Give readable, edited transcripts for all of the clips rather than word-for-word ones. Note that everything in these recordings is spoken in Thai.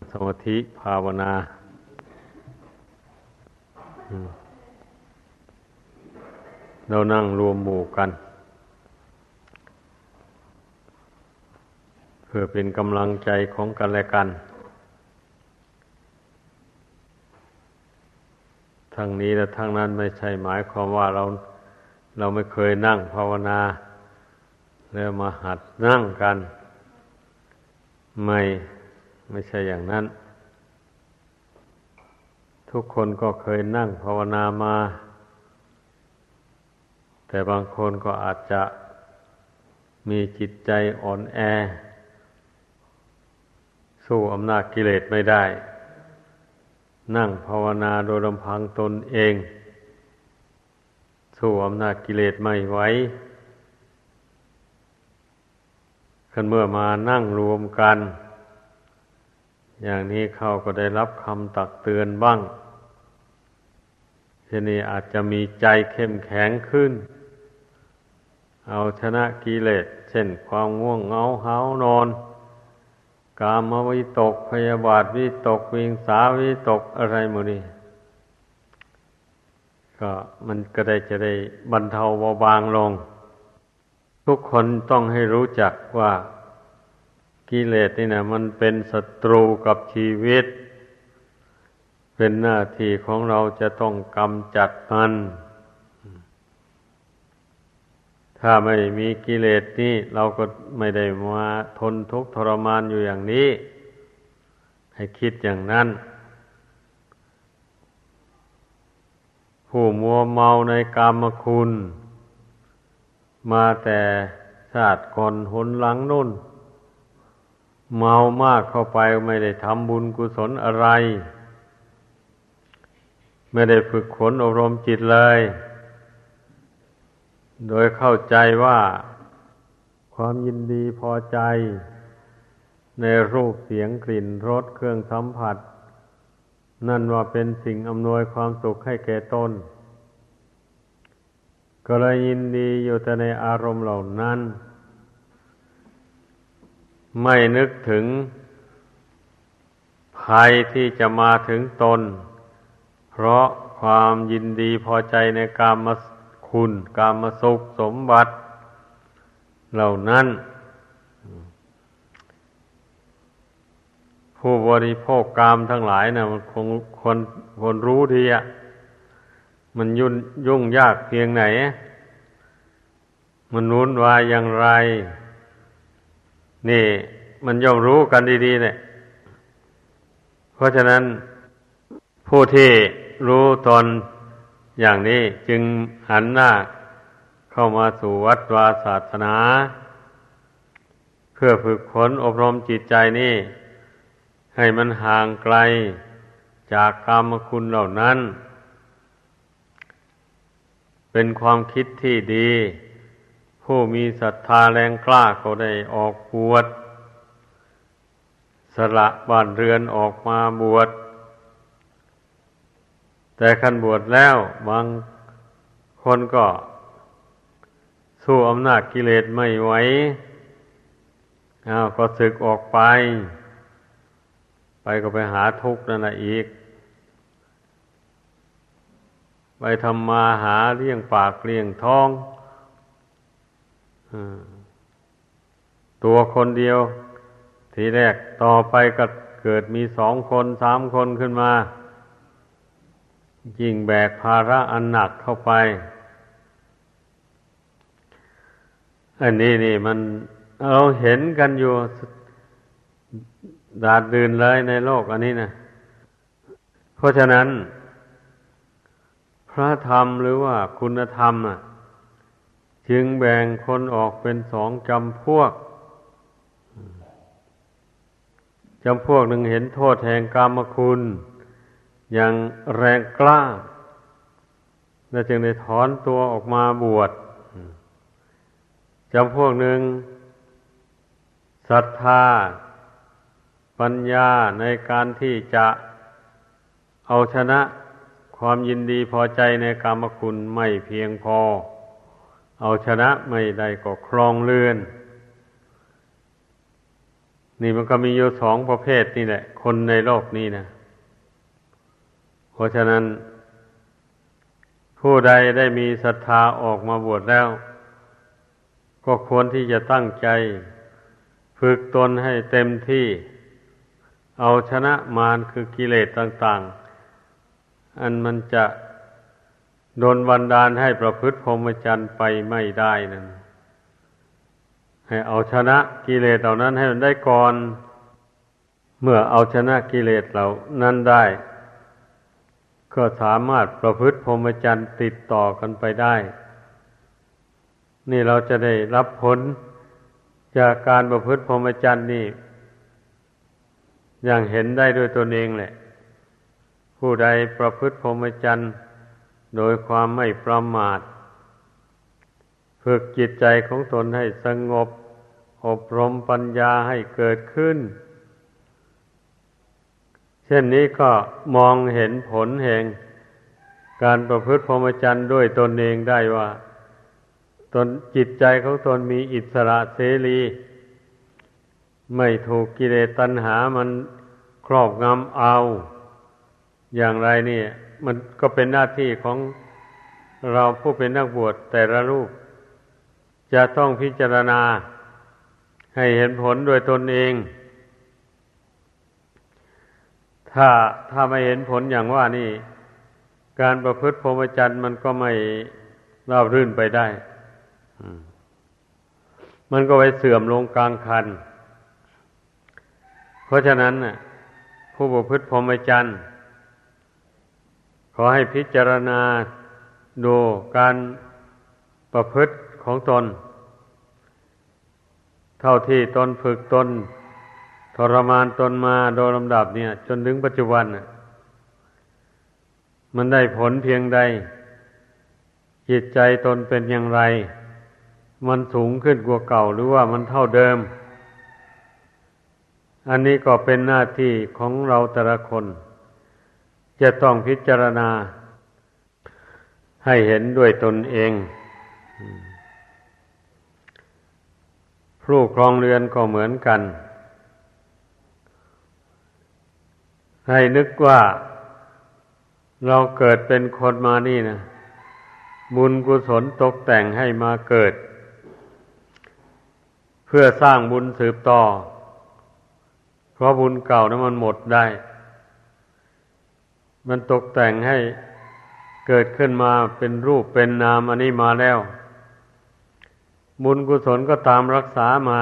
สมาธิภาวนาเรานั่งรวมหมู่กันเพื่อเป็นกำลังใจของกันและกันทั้งนี้และทั้งนั้นไม่ใช่หมายความว่าเราไม่เคยนั่งภาวนาแล้วมาหัดนั่งกันไม่ใช่อย่างนั้นทุกคนก็เคยนั่งภาวนามาแต่บางคนก็อาจจะมีจิตใจอ่อนแอสู้อำนาจกิเลสไม่ได้นั่งภาวนาโดยลำพังตนเองสู้อำนาจกิเลสไม่ไหวคันเมื่อมานั่งรวมกันอย่างนี้เขาก็ได้รับคำตักเตือนบ้างทีนี้อาจจะมีใจเข้มแข็งขึ้นเอาชนะกิเลสเช่นความง่วงเหงาหาวนอนกามวิตกพยาบาทวิตกวิงสาวิตกอะไรหมดนี่ก็มันก็จะได้บรรเทาเบาบางลงทุกคนต้องให้รู้จักว่ากิเลสนี่นะมันเป็นศัตรูกับชีวิตเป็นหน้าที่ของเราจะต้องกำจัดมันถ้าไม่มีกิเลสนี่เราก็ไม่ได้มาทนทุกข์ทรมานอยู่อย่างนี้ให้คิดอย่างนั้นผู้มัวเมาในกามคุณมาแต่ชาติก่อนหนหลังนู่นเมามากเข้าไปไม่ได้ทำบุญกุศลอะไรไม่ได้ฝึกฝนอบรมจิตเลยโดยเข้าใจว่าความยินดีพอใจในรูปเสียงกลิ่นรสเครื่องสัมผัสนั่นว่าเป็นสิ่งอำนวยความสุขให้แก่ตนก็เลยยินดีอยู่แต่ในอารมณ์เหล่านั้นไม่นึกถึงภัยที่จะมาถึงตนเพราะความยินดีพอใจในกามคุณกามสุขสมบัติเหล่านั้นผู้บริโภคกามทั้งหลายนะมันคงคนรู้ดีอ่ะมันยุ่งยากเพียงไหนมันวุ่นวายอย่างไรนี่มันย่อมรู้กันดีๆเนี่ยเพราะฉะนั้นผู้ที่รู้ตนอย่างนี้จึงหันหน้าเข้ามาสู่วัดวาศาสนาเพื่อฝึกฝนอบรมจิตใจนี้ให้มันห่างไกลจากกามคุณเหล่านั้นเป็นความคิดที่ดีผู้มีศรัทธาแรงกล้าก็ได้ออกบวชสละบ้านเรือนออกมาบวชแต่คันบวชแล้วบางคนก็สู้อำนาจกิเลสไม่ไหวก็สึกออกไปก็ไปหาทุกข์นั่นแหละอีกไปทำมาหาเลี้ยงปากเลี้ยงท้องตัวคนเดียวทีแรกต่อไปก็เกิดมี2 คน3 คนขึ้นมายิ่งแบกภาระอันหนักเข้าไปอันนี้มันเราเห็นกันอยู่ดาษดื่นเลยในโลกอันนี้นะเพราะฉะนั้นพระธรรมหรือว่าคุณธรรมจึงแบ่งคนออกเป็น2 จำพวกจำพวกหนึ่งเห็นโทษแห่งกามคุณอย่างแรงกล้าและจึงได้ถอนตัวออกมาบวชจำพวกหนึ่งศรัทธาปัญญาในการที่จะเอาชนะความยินดีพอใจในกามคุณไม่เพียงพอเอาชนะไม่ได้ก็ครองเรือนนี่มันก็มีอยู่สองประเภทนี่แหละคนในโลกนี้นะเพราะฉะนั้นผู้ใดได้มีศรัทธาออกมาบวชแล้วก็ควรที่จะตั้งใจฝึกตนให้เต็มที่เอาชนะมารคือกิเลสต่างๆอันมันจะโดนบันดาลให้ประพฤติพรหมจรรย์ไปไม่ได้นั่นให้เอาชนะกิเลสเหล่านั้นให้มันได้ก่อนเมื่อเอาชนะกิเลสเหล่านั้นได้ก็สามารถประพฤติพรหมจรรย์ติดต่อกันไปได้นี่เราจะได้รับผลจากการประพฤติพรหมจรรย์นี่อย่างเห็นได้ด้วยตนเองแหละผู้ใดประพฤติพรหมจรรย์โดยความไม่ประมาทฝึกจิตใจของตนให้สงบอบรมปัญญาให้เกิดขึ้นเช่นนี้ก็มองเห็นผลแห่งการประพฤติพรหมจรรย์ด้วยตนเองได้ว่าตนจิตใจของตนมีอิสระเสรีไม่ถูกกิเลสตัณหามันครอบงำเอาอย่างไรเนี่ยมันก็เป็นหน้าที่ของเราผู้เป็นนักบวชแต่ละรูปจะต้องพิจารณาให้เห็นผลด้วยตนเองถ้าไม่เห็นผลอย่างว่านี่การประพฤติพรหมจรรย์มันก็ไม่ราบรื่นไปได้มันก็ไปเสื่อมลงกลางคันเพราะฉะนั้นผู้ประพฤติพรหมจรรย์ขอให้พิจารณาดูการประพฤติของตนเท่าที่ตนฝึกตนทรมานตนมาโดยลำดับเนี่ยจนถึงปัจจุบันมันได้ผลเพียงใดจิตใจตนเป็นอย่างไรมันสูงขึ้นกว่าเก่าหรือว่ามันเท่าเดิมอันนี้ก็เป็นหน้าที่ของเราแต่ละคนจะต้องพิจารณาให้เห็นด้วยตนเองผู้ครองเรือนก็เหมือนกันให้นึกว่าเราเกิดเป็นคนมานี่นะบุญกุศลตกแต่งให้มาเกิดเพื่อสร้างบุญสืบต่อเพราะบุญเก่านั้นมันหมดได้มันตกแต่งให้เกิดขึ้นมาเป็นรูปเป็นนามอันนี้มาแล้วบุญกุศลก็ตามรักษามา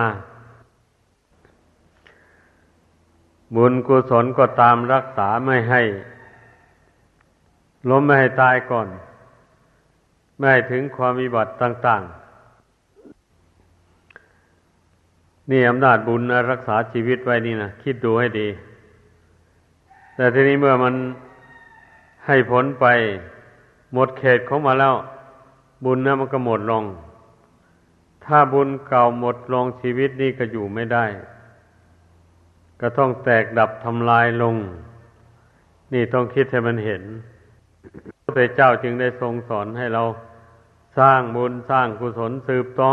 บุญกุศลก็ตามรักษาไม่ให้ล้มไม่ให้ตายก่อนไม่ให้ถึงความวิบัติต่างๆนี่อำนาจบุญรักษาชีวิตไว้นี่นะคิดดูให้ดีแต่ทีนี้เมื่อมันให้ผลไปหมดเขตของมาแล้วบุญนั้นมันก็หมดลงถ้าบุญเก่าหมดลงชีวิตนี้ก็อยู่ไม่ได้ก็ต้องแตกดับทำลายลงนี่ต้องคิดให้มันเห็นพระพุทธเจ้าจึงได้ทรงสอนให้เราสร้างบุญสร้างกุศลสืบต่อ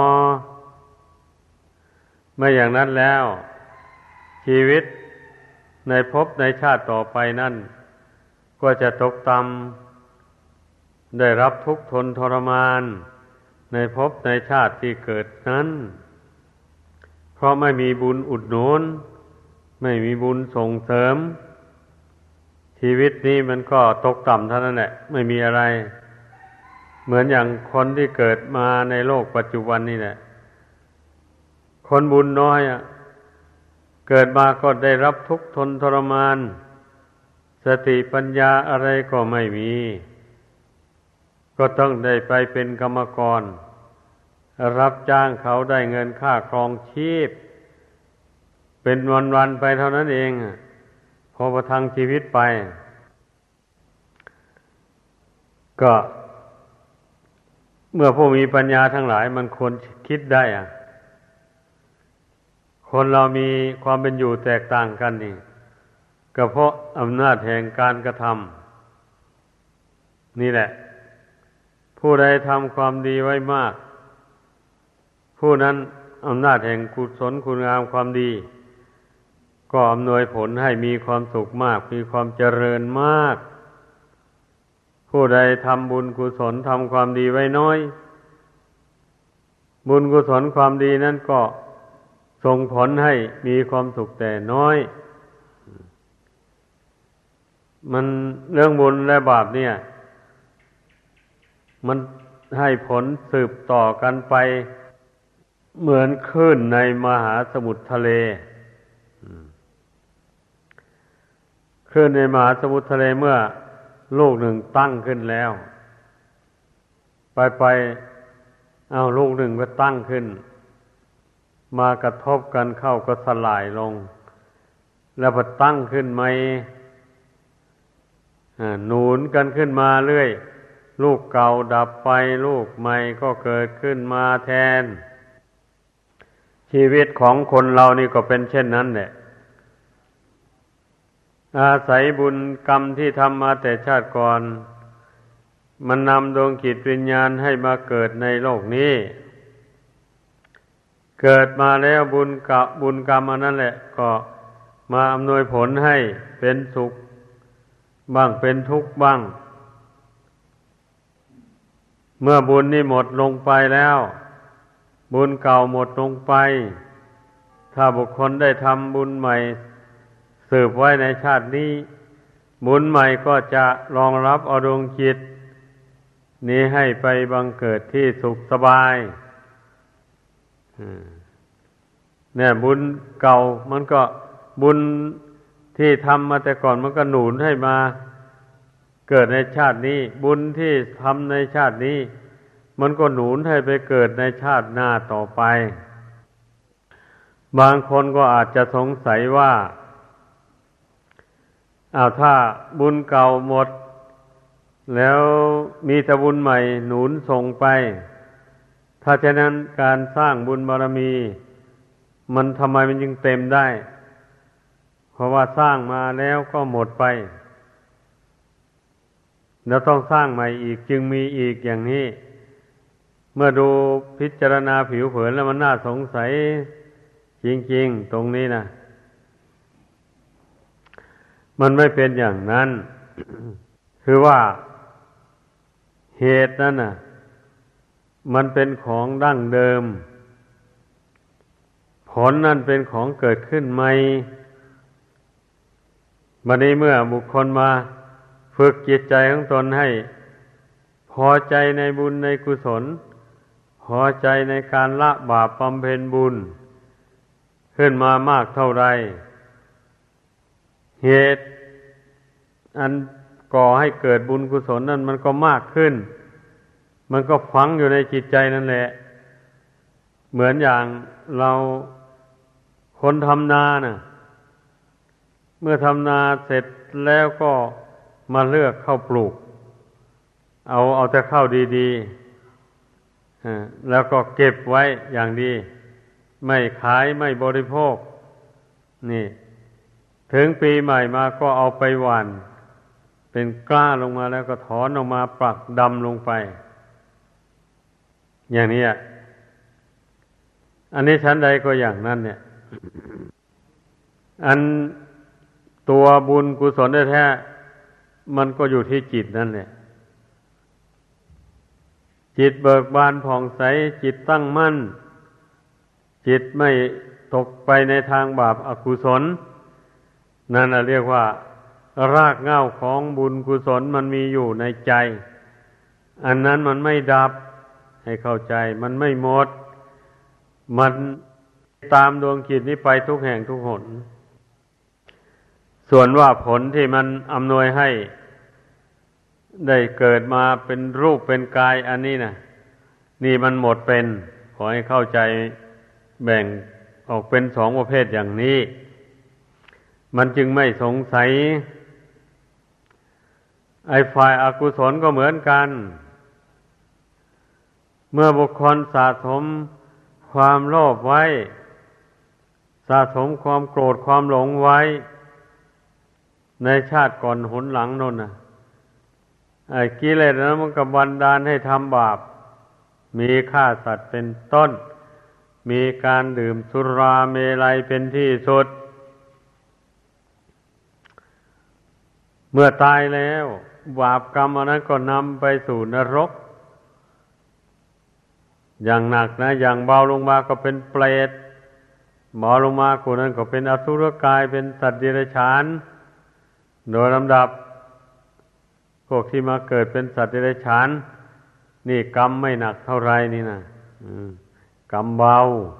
ไม่อย่างนั้นแล้วชีวิตในภพในชาติต่อไปนั่นก็จะตกต่ำได้รับทุกข์ทนทรมานในภพในชาติที่เกิดนั้นเพราะไม่มีบุญอุดหนุนไม่มีบุญส่งเสริมชีวิตนี้มันก็ตกต่ำเท่านั้นแหละไม่มีอะไรเหมือนอย่างคนที่เกิดมาในโลกปัจจุบันนี่แหละคนบุญน้อยเกิดมาก็ได้รับทุกข์ทนทรมานสติปัญญาอะไรก็ไม่มีก็ต้องได้ไปเป็นกรรมกรรับจ้างเขาได้เงินค่าครองชีพเป็นวันๆไปเท่านั้นเองพอประทังชีวิตไปก็เมื่อผู้มีปัญญาทั้งหลายมันควรคิดได้คนเรามีความเป็นอยู่แตกต่างกันนี่ก็เพราะอำนาจแห่งการกระทำนี่แหละผู้ใดทำความดีไว้มากผู้นั้นอำนาจแห่งกุศลคุณงามความดีก็อำนวยผลให้มีความสุขมากมีความเจริญมากผู้ใดทำบุญกุศลทำความดีไว้น้อยบุญกุศลความดีนั้นก็ส่งผลให้มีความสุขแต่น้อยมันเรื่องบุญและบาปเนี่ยมันให้ผลสืบต่อกันไปเหมือนคลื่นในมหาสมุทรทะเลคลื่นในมหาสมุทรทะเลเมื่อลูกหนึ่งตั้งขึ้นแล้วไปเอาลูกหนึ่งก็ตั้งขึ้นมากระทบกันเข้าก็สลายลงแล้วพอตั้งขึ้นใหม่หนุนกันขึ้นมาเรื่อยลูกเก่าดับไปลูกใหม่ก็เกิดขึ้นมาแทนชีวิตของคนเรานี่ก็เป็นเช่นนั้นแหละอาศัยบุญกรรมที่ทำมาแต่ชาติก่อนมันนำดวงจิตวิญญาณให้มาเกิดในโลกนี้เกิดมาแล้วบุญกรรมอันนั้นแหละก็มาอำนวยผลให้เป็นสุขบ้างเป็นทุกข์บ้างเมื่อบุญนี่หมดลงไปแล้วบุญเก่าหมดลงไปถ้าบุคคลได้ทำบุญใหม่สืบไว้ในชาตินี้บุญใหม่ก็จะรองรับเอาดวงจิตนี้ให้ไปบังเกิดที่สุขสบายเนี่ยบุญเก่ามันก็บุญที่ทำมาแต่ก่อนมันก็หนุนให้มาเกิดในชาตินี้บุญที่ทำในชาตินี้มันก็หนุนให้ไปเกิดในชาติหน้าต่อไปบางคนก็อาจจะสงสัยว่าถ้าบุญเก่าหมดแล้วมีแต่บุญใหม่หนุนส่งไปถ้าฉะนั้นการสร้างบุญบารมีมันทำไมมันจึงเต็มได้เพราะว่าสร้างมาแล้วก็หมดไปแล้วต้องสร้างใหม่อีกจึงมีอีกอย่างนี้เมื่อดูพิจารณาผิวเผินแล้วมันน่าสงสัยจริงๆตรงนี้นะมันไม่เป็นอย่างนั้น คือว่าเหตุนั้นน่ะมันเป็นของดั้งเดิมผลนั่นเป็นของเกิดขึ้นใหม่บัดนี้เมื่อบุคคลมาฝึกจิตใจของตนให้พอใจในบุญในกุศลพอใจในการละบาปบำเพ็ญบุญขึ้นมามากเท่าไรเหตุอันก่อให้เกิดบุญกุศลนั้นมันก็มากขึ้นมันก็ฝังอยู่ในจิตใจนั่นแหละเหมือนอย่างเราคนทำนาน่ะเมื่อทำนาเสร็จแล้วก็มาเลือกข้าวปลูกเอาแต่ข้าวดีๆแล้วก็เก็บไว้อย่างดีไม่ขายไม่บริโภคนี่ถึงปีใหม่มาก็เอาไปหว่านเป็นกล้าลงมาแล้วก็ถอนออกมาปักดำลงไปอย่างนี้อันนี้ชั้นใดก็อย่างนั้นเนี่ยอันตัวบุญกุศลแท้ๆมันก็อยู่ที่จิตนั่นแหละจิตเบิกบานผ่องใสจิตตั้งมั่นจิตไม่ตกไปในทางบาปอกุศลนั่นเรียกว่ารากเหง้าของบุญกุศลมันมีอยู่ในใจอันนั้นมันไม่ดับให้เข้าใจมันไม่หมดมันตามดวงจิตนี้ไปทุกแห่งทุกหนส่วนว่าผลที่มันอำนวยให้ได้เกิดมาเป็นรูปเป็นกายอันนี้นะนี่มันหมดเป็นขอให้เข้าใจแบ่งออกเป็นสองประเภทอย่างนี้มันจึงไม่สงสัยไอ้ฝ่ายอกุศลก็เหมือนกันเมื่อบุคคลสะสมความโลภไว้สะสมความโกรธความหลงไว้ในชาติก่อนหนหลังโน่นน่ะไอ้กิเลสนั้นมันก็บันดาลให้ทำบาปมีฆ่าสัตว์เป็นต้นมีการดื่มสุราเมลัยเป็นที่สุดเมื่อตายแล้วบาปกรรมอันนั้นก็นำไปสู่นรกอย่างหนักนะอย่างเบาลงมาก็เป็นเปรตเบาลงมากว่านั้นก็เป็นอสุรกายเป็นสัตว์เดรัจฉานโดยลำดับพวกที่มาเกิดเป็นสัตว์เดรัจฉานนี่กรรมไม่หนักเท่าไรนี่นะกรรมเบา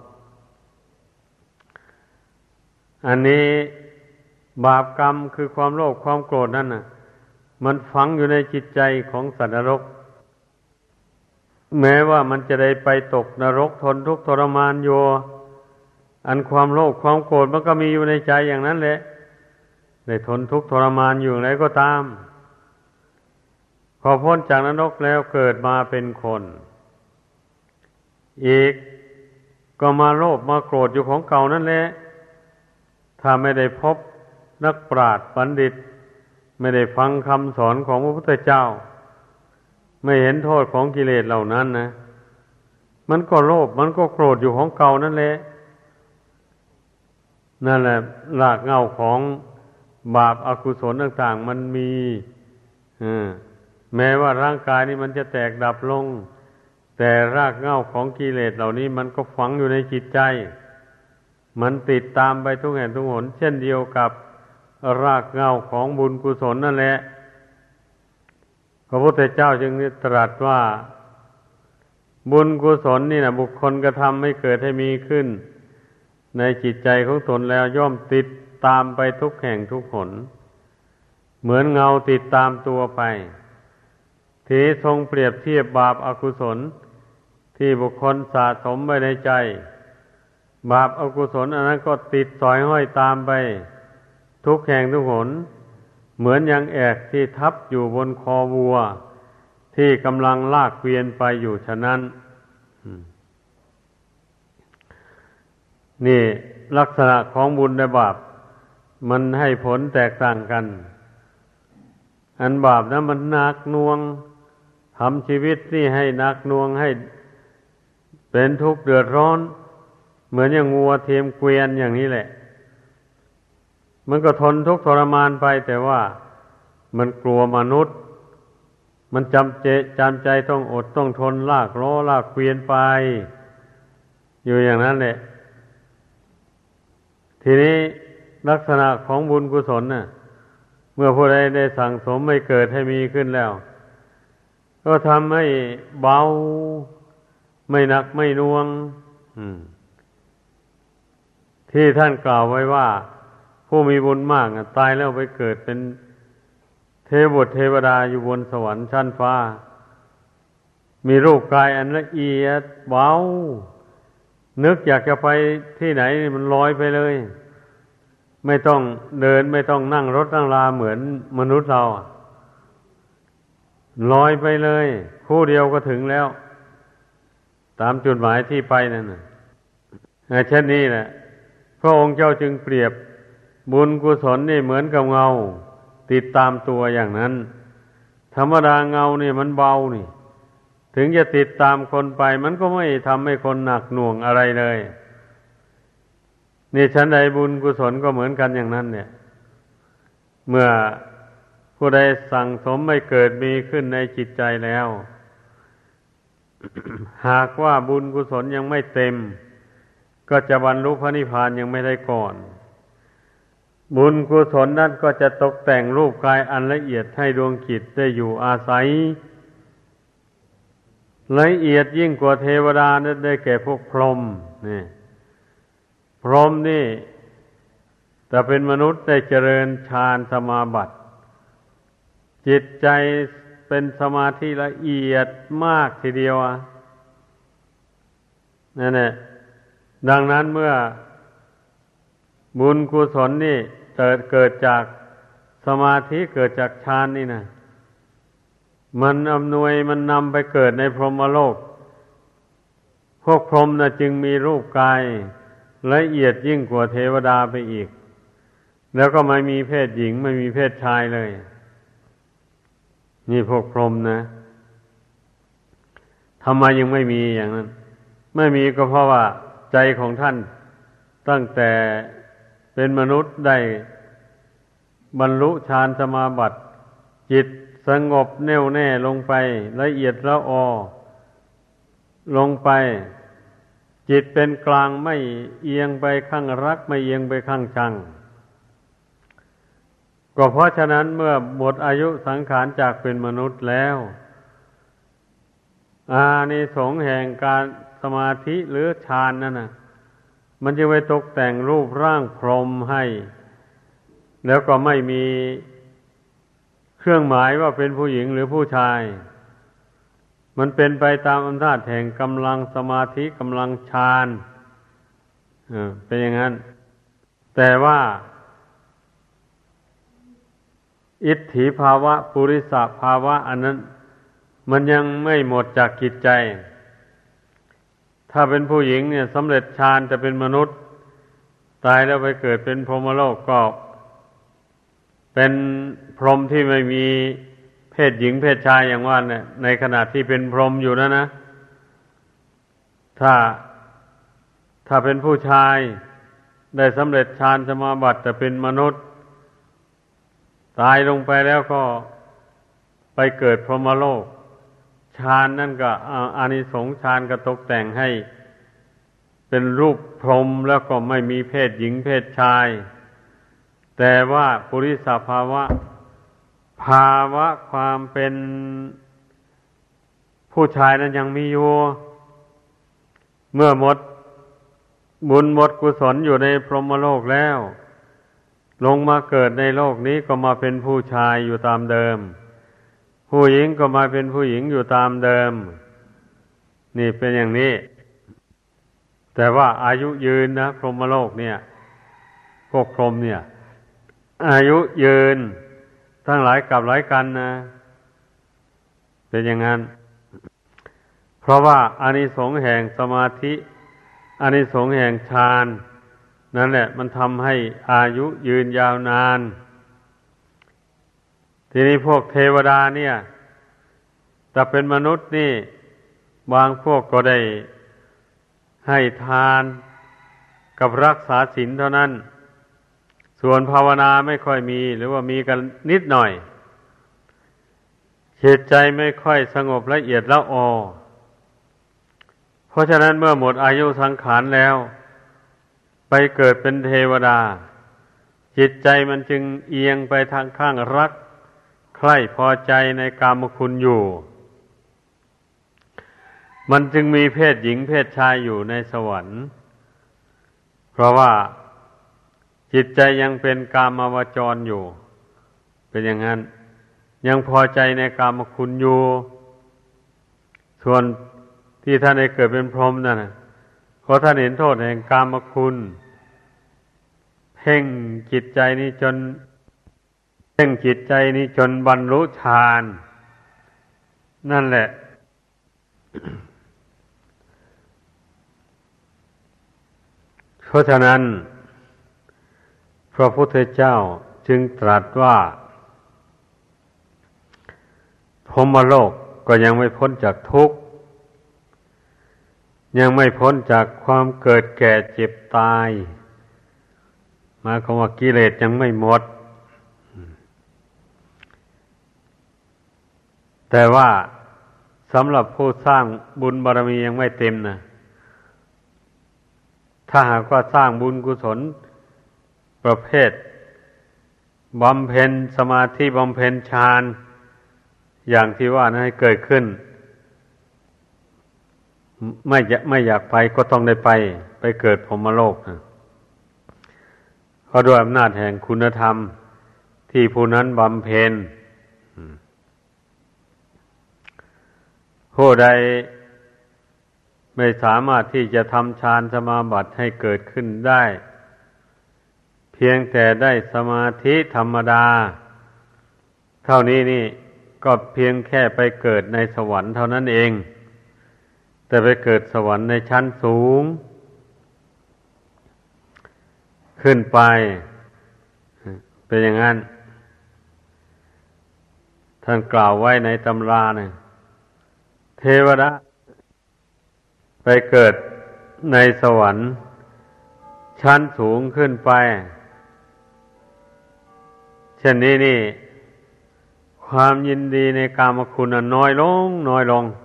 อันนี้บาปกรรมคือความโลภความโกรธนั่นน่ะมันฝังอยู่ในจิตใจของสัตว์นรกแม้ว่ามันจะได้ไปตกนรกทนทุกข์ทรมานอยู่อันความโลภความโกรธมันก็มีอยู่ในใจอย่างนั้นแหละได้ทนทุกข์ทรมานอยู่ไหนก็ตามพอพ้นจากนรกแล้วเกิดมาเป็นคนอีกก็มาโลภมาโกรธอยู่ของเก่านั่นแหละถ้าไม่ได้พบนักปราชญ์บัณฑิตไม่ได้ฟังคำสอนของพระพุทธเจ้าไม่เห็นโทษของกิเลสเหล่านั้นนะมันก็โลภมันก็โกรธอยู่ของเก่านั่นแหละนั่นแหละรากเหง้าของบาปอกุศลต่างๆมันมีแม้ว่าร่างกายนี้มันจะแตกดับลงแต่รากเหง้าของกิเลสเหล่านี้มันก็ฝังอยู่ในจิตใจมันติดตามไปทุกแห่งทุกหนเช่นเดียวกับรากเหง้าของบุญกุศลนั่นแหละพระพุทธเจ้าจึงตรัสว่าบุญกุศลนี่นะบุคคลกระทำให้เกิดให้มีขึ้นในจิตใจของตนแล้วย่อมติดตามไปทุกแห่งทุกหนเหมือนเงาติดตามตัวไปที่ทรงเปรียบเทียบบาปอกุศลที่บุคคลสะสมไว้ในใจบาปอกุศลอันนั้นก็ติดสอยห้อยตามไปทุกแห่งทุกหนเหมือนอย่างแอกที่ทับอยู่บนคอวัวที่กำลังลากเกวียนไปอยู่ฉะนั้นนี่ลักษณะของบุญและบาปมันให้ผลแตกต่างกันอันบาปนั้นมันหนักหน่วงทำชีวิตนี่ให้หนักหน่วงให้เป็นทุกข์เดือดร้อนเหมือนอย่างงัวเทียมเกวียนอย่างนี้แหละมันก็ทนทุกข์ทรมานไปแต่ว่ามันกลัวมนุษย์มันจำใจต้องอดต้องทนลากล้อลากเกวียนไปอยู่อย่างนั้นแหละทีนี้ลักษณะของบุญกุศลน่ะเมื่อผู้ใดได้สั่งสมไม่เกิดให้มีขึ้นแล้วก็ทำให้เบาไม่หนักไม่น่วงที่ท่านกล่าวไว้ว่าผู้มีบุญมากตายแล้วไปเกิดเป็นเทพบุตรเทวดาอยู่บนสวรรค์ชั้นฟ้ามีรูปกายอันละเอียดเบานึกอยากจะไปที่ไหนมันลอยไปเลยไม่ต้องเดินไม่ต้องนั่งรถนั่งลาเหมือนมนุษย์เราลอยไปเลยคู่เดียวก็ถึงแล้วตามจุดหมายที่ไปนั่นน่ะเช่นนี้แหละพระองค์เจ้าจึงเปรียบบุญกุศลนี่เหมือนกับเงาติดตามตัวอย่างนั้นธรรมดาเงานี่มันเบานี่ถึงจะติดตามคนไปมันก็ไม่ทำให้คนหนักหน่วงอะไรเลยนี่ชั้นใดบุญกุศลก็เหมือนกันอย่างนั้นเนี่ยเมื่อผู้ใดสั่งสมไม่เกิดมีขึ้นในจิตใจแล้ว หากว่าบุญกุศลยังไม่เต็มก็จะบรรลุพระนิพพานยังไม่ได้ก่อนบุญกุศลนั้นก็จะตกแต่งรูปกายอันละเอียดให้ดวงจิตได้อยู่อาศัยละเอียดยิ่งกว่าเทวดานั้นได้แก่พวกพรหมนี่พรหมนี่แต่เป็นมนุษย์ได้เจริญฌานสมาบัติจิตใจเป็นสมาธิละเอียดมากทีเดียวนั่นแหละดังนั้นเมื่อบุญกุศลนี่เกิดจากสมาธิเกิดจากฌานนี่นะมันอำนวยมันนำไปเกิดในพรหมโลกพวกพรหมนะจึงมีรูปกายละเอียดยิ่งกว่าเทวดาไปอีกแล้วก็ไม่มีเพศหญิงไม่มีเพศชายเลยนี่พวกพรหมนะทำไมยังไม่มีอย่างนั้นไม่มีก็เพราะว่าใจของท่านตั้งแต่เป็นมนุษย์ได้บรรลุฌานสมาบัติจิตสงบแน่วแน่ลงไปละเอียดละออลงไปจิตเป็นกลางไม่เอียงไปข้างรักไม่เอียงไปข้างชังก็เพราะฉะนั้นเมื่อหมดอายุสังขารจากเป็นมนุษย์แล้วอานิสงส์แห่งการสมาธิหรือฌานนั่นน่ะมันจะไปตกแต่งรูปร่างพรหมให้แล้วก็ไม่มีเครื่องหมายว่าเป็นผู้หญิงหรือผู้ชายมันเป็นไปตามอำนาจแห่งกำลังสมาธิกำลังฌานเป็นอย่างนั้นแต่ว่าอิทธิภาวะปุริสภาวะอันนั้นมันยังไม่หมดจากจิตใจถ้าเป็นผู้หญิงเนี่ยสำเร็จฌานจะเป็นมนุษย์ตายแล้วไปเกิดเป็นพรหมโลกก็เป็นพรหมที่ไม่มีเพศหญิงเพศชายอย่างว่าเนี่ยในขณะที่เป็นพรหมอยู่นะถ้าเป็นผู้ชายได้สำเร็จฌานสมาบัติแต่เป็นมนุษย์ตายลงไปแล้วก็ไปเกิดพรหมโลกฌานนั่นก็อานิสงส์ฌานก็ตกแต่งให้เป็นรูปพรหมแล้วก็ไม่มีเพศหญิงเพศชายแต่ว่าปุริสภาวะความเป็นผู้ชายนั้นยังมีอยู่เมื่อหมดบุญหมดกุศลอยู่ในพรหมโลกแล้วลงมาเกิดในโลกนี้ก็มาเป็นผู้ชายอยู่ตามเดิมผู้หญิงก็มาเป็นผู้หญิงอยู่ตามเดิมนี่เป็นอย่างนี้แต่ว่าอายุยืนนะพรหมโลกเนี่ยพวกพรหมเนี่ยอายุยืนทั้งหลายกับหลายกันนะเป็นอย่างนั้นเพราะว่าอานิสงส์แห่งสมาธิอานิสงส์แห่งฌานนั่นแหละมันทำให้อายุยืนยาวนานทีนี้พวกเทวดาเนี่ยแต่เป็นมนุษย์นี่บางพวกก็ได้ให้ทานกับรักษาศีลเท่านั้นส่วนภาวนาไม่ค่อยมีหรือว่ามีกันนิดหน่อยจิตใจไม่ค่อยสงบละเอียดละออเพราะฉะนั้นเมื่อหมดอายุสังขารแล้วไปเกิดเป็นเทวดาจิตใจมันจึงเอียงไปทางข้างรักใคร่พอใจในกามคุณอยู่มันจึงมีเพศหญิงเพศชายอยู่ในสวรรค์เพราะว่าจิตใจยังเป็นกามาวจรอยู่เป็นอย่างนั้นยังพอใจในกามคุณอยู่ส่วนที่ท่านได้เกิดเป็นพรหมนั่นนะเพราะท่านเห็นโทษแห่งกามคุณเพ่งจิตใจนี้จนบรรลุฌานนั่นแหละเพราะฉะนั้นพระพุทธเจ้าจึงตรัสว่าพรหมโลกก็ยังไม่พ้นจากทุกข์ยังไม่พ้นจากความเกิดแก่เจ็บตายหมายความว่ากิเลสยังไม่หมดแต่ว่าสำหรับผู้สร้างบุญบารมียังไม่เต็มนะถ้าหากว่าสร้างบุญกุศลประเภทบำเพ็ญสมาธิบำเพ็ญฌานอย่างที่ว่านั้นให้เกิดขึ้นไม่อยากไปก็ต้องได้ไปเกิดพรหมโลกนะเพราะด้วยอำนาจแห่งคุณธรรมที่ผู้นั้นบำเพ็ญผู้ใดไม่สามารถที่จะทำฌานสมาบัติให้เกิดขึ้นได้เพียงแต่ได้สมาธิธรรมดาเท่านี้นี่ก็เพียงแค่ไปเกิดในสวรรค์เท่านั้นเองแต่ไปเกิดสวรรค์ในชั้นสูงขึ้นไปเป็นอย่างนั้นท่านกล่าวไว้ในตำราเนี่ยเทวดาไปเกิดในสวรรค์ชั้นสูงขึ้นไปเช่นนี้นี่ความยินดีในกามคุณน่ะน้อยลงน้อยลง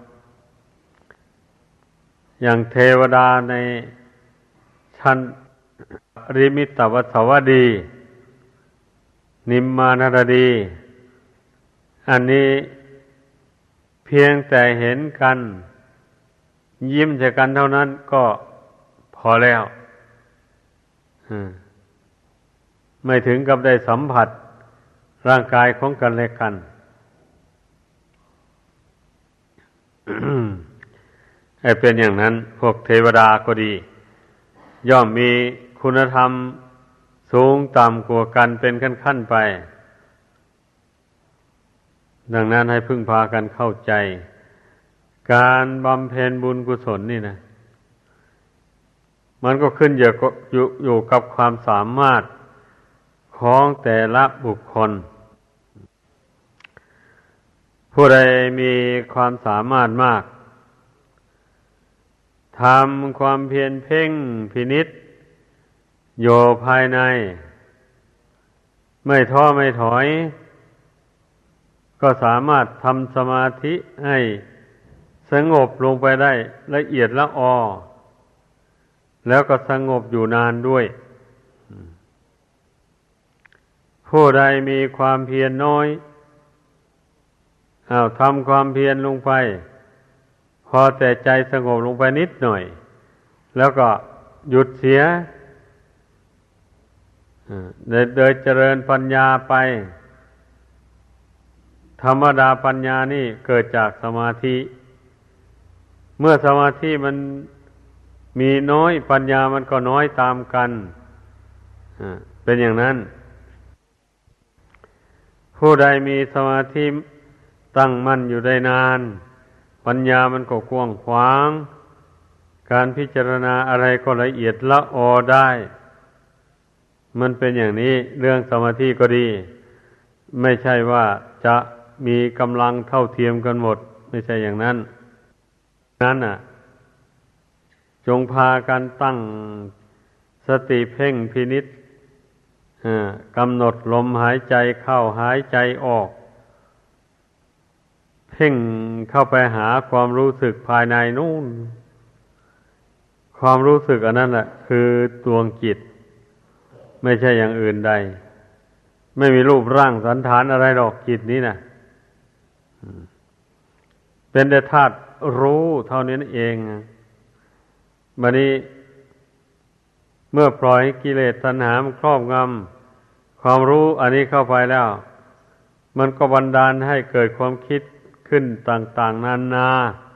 อย่างเทวดาในชั้นริมิตวสวดีนิมมานรดีอันนี้เพียงแต่เห็นกันยิ้มใส่กันเท่านั้นก็พอแล้วไม่ถึงกับได้สัมผัสร่างกายของกันและกัน ให้เป็นอย่างนั้นพวกเทวดาก็ดีย่อมมีคุณธรรมสูงต่ำกว่ากันเป็นขั้นๆไปดังนั้นให้พึ่งพากันเข้าใจการบำเพ็ญบุญกุศลนี่นะมันก็ขึ้นอยู่กับความสามารถของแต่ละบุคคลผู้ใดมีความสามารถมากทำความเพียรเพ่งพินิจโยภายในไม่ท้อไม่ถอยก็สามารถทำสมาธิให้สงบลงไปได้ละเอียดละออแล้วก็สงบอยู่นานด้วยผู้ใดมีความเพียรน้อยทำความเพียรลงไปพอแต่ใจสงบลงไปนิดหน่อยแล้วก็หยุดเสียโดยเจริญปัญญาไปธรรมดาปัญญานี่เกิดจากสมาธิเมื่อสมาธิมันมีน้อยปัญญามันก็น้อยตามกันเป็นอย่างนั้นผู้ใดมีสมาธิตั้งมั่นอยู่ได้นานปัญญามันก็กว้างขวางการพิจารณาอะไรก็ละเอียดละออได้มันเป็นอย่างนี้เรื่องสมาธิก็ดีไม่ใช่ว่าจะมีกำลังเท่าเทียมกันหมดไม่ใช่อย่างนั้นจงพากันตั้งสติเพ่งพินิจกำหนดลมหายใจเข้าหายใจออกเพ่งเข้าไปหาความรู้สึกภายในนู่นความรู้สึกอันนั้นแหละคือดวงจิตไม่ใช่อย่างอื่นใดไม่มีรูปร่างสันฐานอะไรหรอกจิตนี้นะเป็นแต่ธาตุรู้เท่านี้เองบัดนี้เมื่อปล่อยกิเลสตัณหามันครอบงำความรู้อันนี้เข้าไปแล้วมันก็บันดาลให้เกิดความคิดขึ้นต่างๆนานา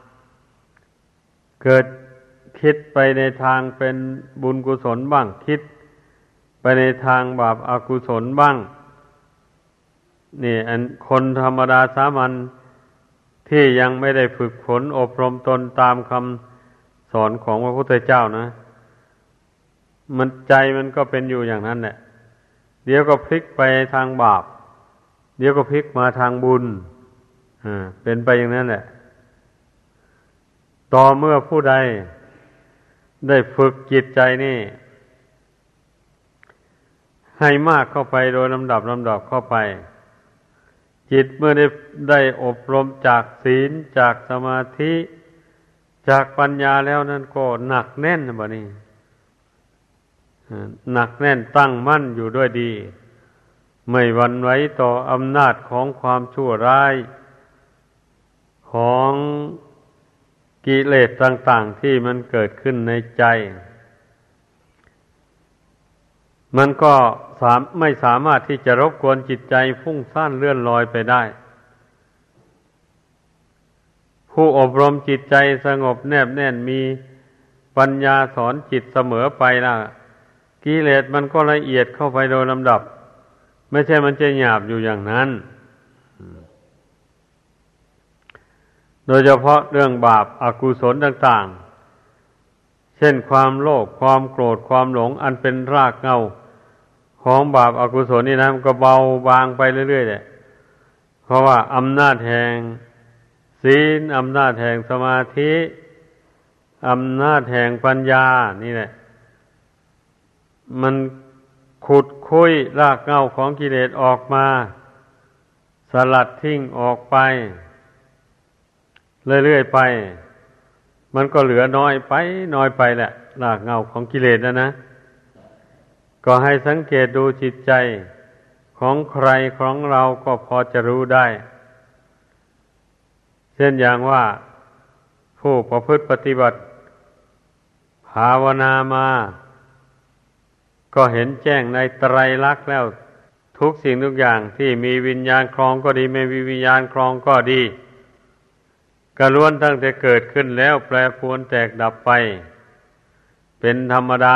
เกิดคิดไปในทางเป็นบุญกุศลบ้างคิดไปในทางบาปอกุศลบ้างนี่อันคนธรรมดาสามัญที่ยังไม่ได้ฝึกฝนอบรมตนตามคำสอนของพระพุทธเจ้านะมันใจมันก็เป็นอยู่อย่างนั้นแหละเดี๋ยวก็พลิกไปทางบาปเดี๋ยวก็พลิกมาทางบุญเป็นไปอย่างนั้นแหละต่อเมื่อผู้ใดได้ฝึกจิตใจนี่ให้มากเข้าไปโดยลำดับเข้าไปจิตเมื่อได้อบรมจากศีลจากสมาธิจากปัญญาแล้วนั่นก็หนักแน่นนะบัดนี้หนักแน่นตั้งมั่นอยู่ด้วยดีไม่หวั่นไหวต่ออำนาจของความชั่วร้ายของกิเลสต่างๆที่มันเกิดขึ้นในใจมันก็ไม่สามารถที่จะรบกวนจิตใจฟุ้งซ่านเลื่อนลอยไปได้ผู้อบรมจิตใจสงบแนบแน่นมีปัญญาสอนจิตเสมอไปล่ะกิเลสมันก็ละเอียดเข้าไปโดยลำดับไม่ใช่มันจะหยาบอยู่อย่างนั้นโดยเฉพาะเรื่องบาปอกุศลต่างๆเช่นความโลภความโกรธความหลงอันเป็นรากเหง้าของบาปอกุศลนี่นะมันก็เบาบางไปเรื่อยๆแหละเพราะว่าอำนาจแห่งศีลอำนาจแห่งสมาธิอำนาจแห่งปัญญานี่แหละมันขุดคุ้ยรากเหง้าของกิเลสออกมาสลัดทิ้งออกไปเรื่อยๆไปมันก็เหลือน้อยไปน้อยไปแหละรากเหง้าของกิเลสนะก็ให้สังเกตดูจิตใจของใครของเราก็พอจะรู้ได้เช่นอย่างว่าผู้ประพฤติปฏิบัติภาวนามาก็เห็นแจ้งในไตรลักษณ์แล้วทุกสิ่งทุกอย่างที่มีวิญญาณครองก็ดีไม่มีวิญญาณครองก็ดีก็ล้วนตั้งแต่เกิดขึ้นแล้วแปรปรวนแตกดับไปเป็นธรรมดา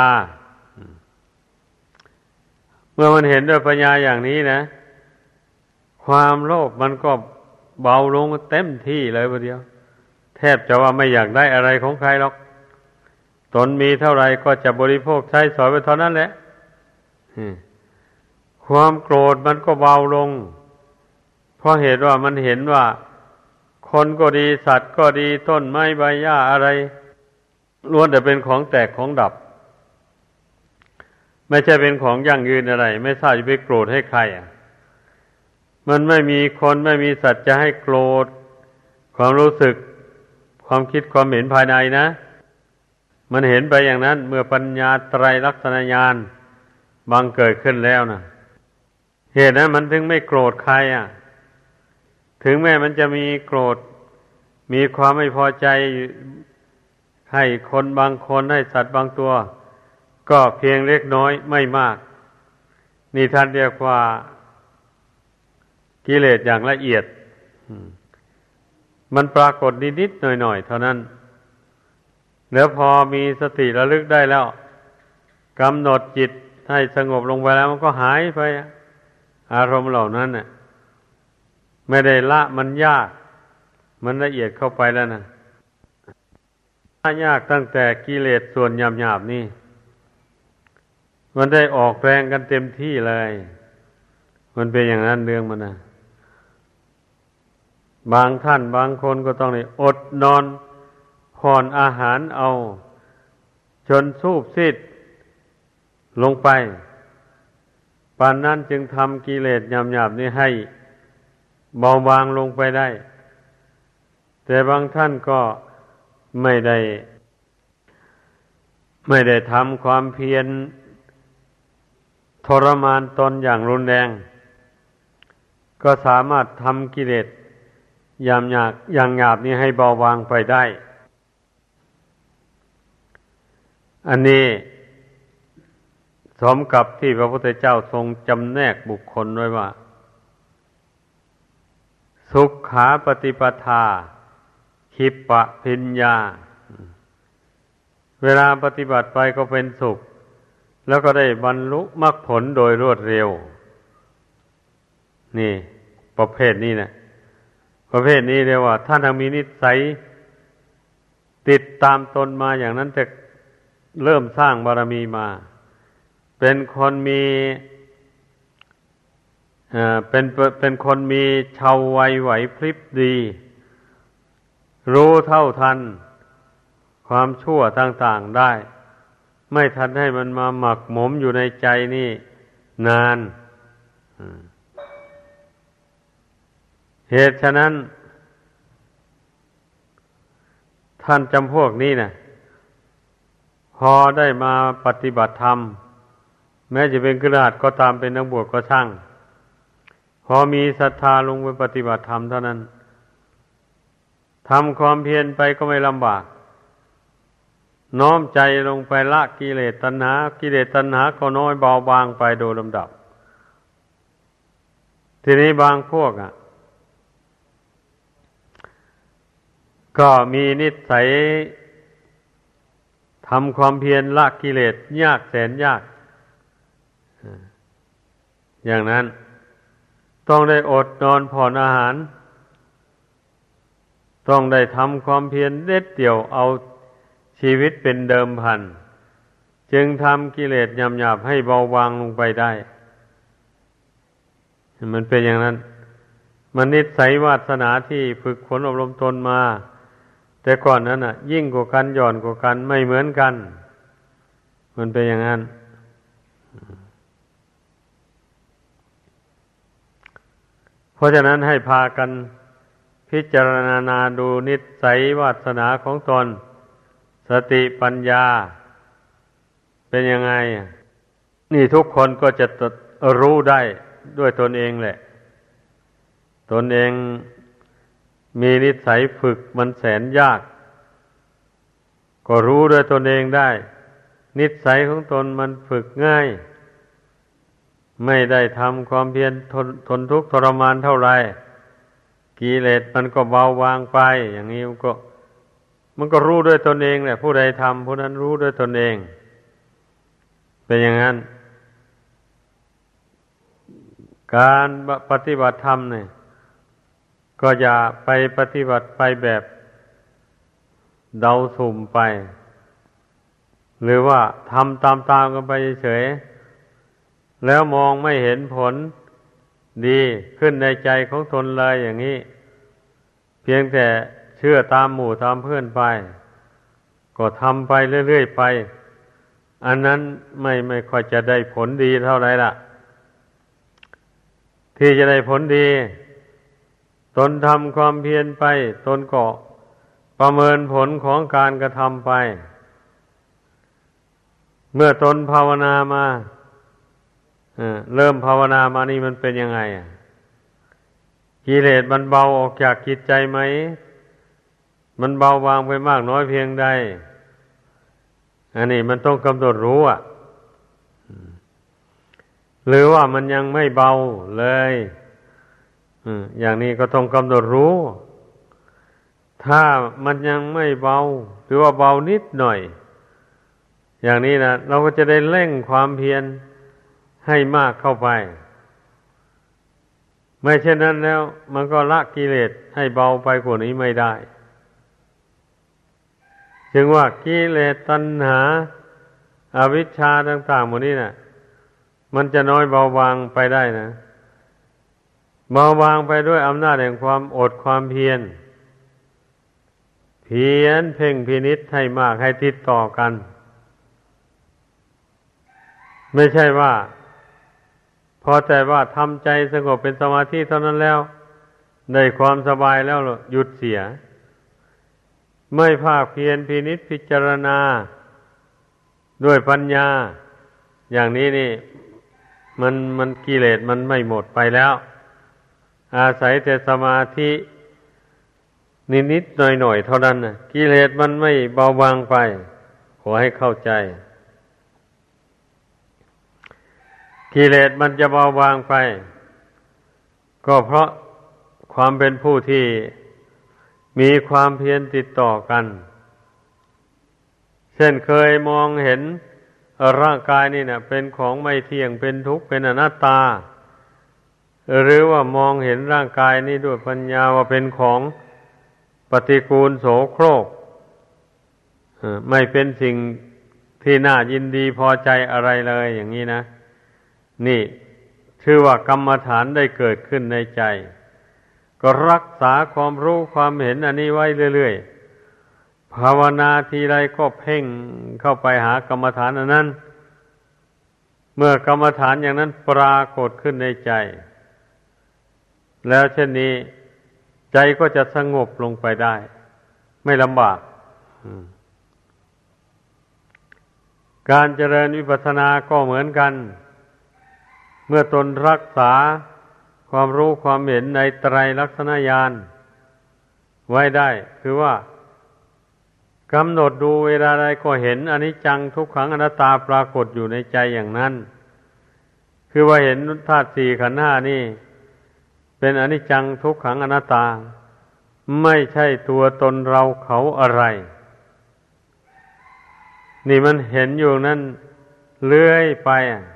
เมื่อมันเห็นด้วยปัญญาอย่างนี้นะความโลภมันก็เบาลงเต็มที่เลยประเดียวแทบจะว่าไม่อยากได้อะไรของใครหรอกตนมีเท่าไรก็จะบริโภคใช้สอยไปเท่านั้นแหละความโกรธมันก็เบาลงเพราะเหตุว่ามันเห็นว่าคนก็ดีสัตว์ก็ดีต้นไม้ใบหญ้าอะไรล้วนแต่เป็นของแตกของดับไม่ใช่เป็นของยั่งยืนอะไรไม่ทราบจะไปโกรธให้ใครมันไม่มีคนไม่มีสัตว์จะให้โกรธความรู้สึกความคิดความเห็นภายในนะมันเห็นไปอย่างนั้นเมื่อปัญญาไตรลักษณญาณบังเกิดขึ้นแล้วนะเหตุนั้นมันถึงไม่โกรธใครถึงแม้มันจะมีโกรธมีความไม่พอใจให้คนบางคนให้สัตว์บางตัวก็เพียงเล็กน้อยไม่มากนี่ท่านเรียกว่ากิเลสอย่างละเอียดมันปรากฏนิดๆหน่อยๆเท่านั้นแล้วพอมีสติระลึกได้แล้วกำหนดจิตให้สงบลงไปแล้วมันก็หายไปอารมณ์เหล่านั้นน่ะไม่ได้ละมันยากมันละเอียดเข้าไปแล้วนะยากตั้งแต่กิเลสส่วนหยาบๆนี่มันได้ออกแรงกันเต็มที่เลยมันเป็นอย่างนั้นเรื่องมันนะบางท่านบางคนก็ต้องได้อดนอนผ่อนอาหารเอาจนสูบซีดลงไปปานนั้นจึงทำกิเลสหยาบๆนี้ให้เบาบางลงไปได้แต่บางท่านก็ไม่ได้ทำความเพียรทรมานตนอย่างรุนแรงก็สามารถทำกิเลสอย่างหยาบนี้ให้เบาบางไปได้อันนี้สมกับที่พระพุทธเจ้าทรงจำแนกบุคคลไว้ว่าสุขาปฏิปทาขิปปะพิญญาเวลาปฏิบัติไปก็เป็นสุขแล้วก็ได้บรรลุมรรคผลโดยรวดเร็วนี่ประเภทนี้นะประเภทนี้เรียกว่าท่านมีนิสัยติดตามตนมาอย่างนั้นจะเริ่มสร้างบารมีมาเป็นคนมีเป็นคนมีเชาว์ไวไหวพริบดีรู้เท่าทันความชั่วต่างๆได้ไม่ทันให้มันมาหมักหมมอยู่ในใจนี่นานเหตุฉะนั้นท่านจำพวกนี้นะพอได้มาปฏิบัติธรรมแม้จะเป็นคฤหัสถ์ก็ตามเป็นนักบวชก็ช่างพอมีศรัทธาลงไปปฏิบัติธรรมเท่านั้นทำความเพียรไปก็ไม่ลำบากน้อมใจลงไปละกิเลสตัณหากิเลสตัณหาก็น้อยเบาบางไปโดยลำดับทีนี้บางพวกก็มีนิสัยทำความเพียรละกิเลสยากแสนยากอย่างนั้นต้องได้อดนอนผ่อนอาหารต้องได้ทำความเพียรเด็ดเดี่ยวเอาชีวิตเป็นเดิมพันจึงทำกิเลสหยาบๆให้เบาบางลงไปได้มันเป็นอย่างนั้นมันนิสัยวาสนาที่ฝึกฝนอบรมตนมาแต่ก่อนนั้นยิ่งกว่ากันหย่อนกว่ากันไม่เหมือนกันมันเป็นอย่างนั้นเพราะฉะนั้นให้พากันพิจารณาดูนิสัยวาสนาของตนสติปัญญาเป็นยังไงนี่ทุกคนก็จะรู้ได้ด้วยตนเองแหละตนเองมีนิสัยฝึกมันแสนยากก็รู้ด้วยตนเองได้นิสัยของตนมันฝึกง่ายไม่ได้ทำความเพียรทนทุกข์ทรมานเท่าไหร่กิเลสมันก็เบาบางไปอย่างนี้มันก็รู้ด้วยตนเองแหละผู้ใดทำผู้นั้นรู้ด้วยตนเองเป็นอย่างนั้นการปฏิบัติธรรมเนี่ยก็อย่าไปปฏิบัติไปแบบเดาสุ่มไปหรือว่าทำตามๆกันไปเฉยๆแล้วมองไม่เห็นผลดีขึ้นในใจของตนเลยอย่างนี้เพียงแต่เชื่อตามหมู่ตามเพื่อนไปก็ทำไปเรื่อยๆไปอันนั้นไม่ค่อยจะได้ผลดีเท่าไหร่ล่ะที่จะได้ผลดีตนทำความเพียรไปตนก็ประเมินผลของการกระทำไปเมื่อตนภาวนามาเริ่มภาวนามานี่มันเป็นยังไงกิเลสมันเบาออกจากจิตใจไหมมันเบาบางไปมากน้อยเพียงใดอันนี้มันต้องกำหนดรู้หรือว่ามันยังไม่เบาเลยอย่างนี้ก็ต้องกำหนดรู้ถ้ามันยังไม่เบาหรือว่าเบานิดหน่อยอย่างนี้นะเราก็จะได้เร่งความเพียรให้มากเข้าไปไม่เช่นนั้นแล้วมันก็ละกิเลสให้เบาไปกว่านี้ไม่ได้จึงว่ากิเลสตัณหาอวิชชาต่างๆหมดนี้น่ะมันจะน้อยเบาบางไปได้นะเบาบางไปด้วยอำนาจแห่งความอดความเพียรเพ่งพินิจให้มากให้ติดต่อกันไม่ใช่ว่าพอแต่ว่าทำใจสงบเป็นสมาธิเท่านั้นแล้วได้ความสบายแล้วหยุดเสียไม่ภาคเพียรพินิจพิจารณาด้วยปัญญาอย่างนี้นี่มันกิเลสมันไม่หมดไปแล้วอาศัยแต่สมาธินิดๆหน่อยๆเท่านั้นน่ะกิเลสมันไม่เบาบางไปขอให้เข้าใจกิเลสมันจะเบาบางไปก็เพราะความเป็นผู้ที่มีความเพียรติดต่อกันเช่นเคยมองเห็นร่างกายนี่นะเป็นของไม่เที่ยงเป็นทุกข์เป็นอนัตตาหรือว่ามองเห็นร่างกายนี้ด้วยปัญญาว่าเป็นของปฏิกูลโสโครกไม่เป็นสิ่งที่น่ายินดีพอใจอะไรเลยอย่างนี้นะนี่ชื่อว่ากรรมฐานได้เกิดขึ้นในใจก็รักษาความรู้ความเห็นอันนี้ไว้เรื่อยๆภาวนาทีไรก็เพ่งเข้าไปหากรรมฐานอันนั้นเมื่อกรรมฐานอย่างนั้นปรากฏขึ้นในใจแล้วเช่นนี้ใจก็จะสงบลงไปได้ไม่ลำบากการเจริญวิปัสสนาก็เหมือนกันเมื่อตนรักษาความรู้ความเห็นในไตรลักษณญาณไว้ได้คือว่ากำหนดดูเวลาใดก็เห็นอนิจจังทุกขังอนัตตาปรากฏอยู่ในใจอย่างนั้นคือว่าเห็นธาตุสี่ขันธ์ห้านี่เป็นอนิจจังทุกขังอนัตตาไม่ใช่ตัวตนเราเขาอะไรนี่มันเห็นอยู่นั่นเลื่อยไป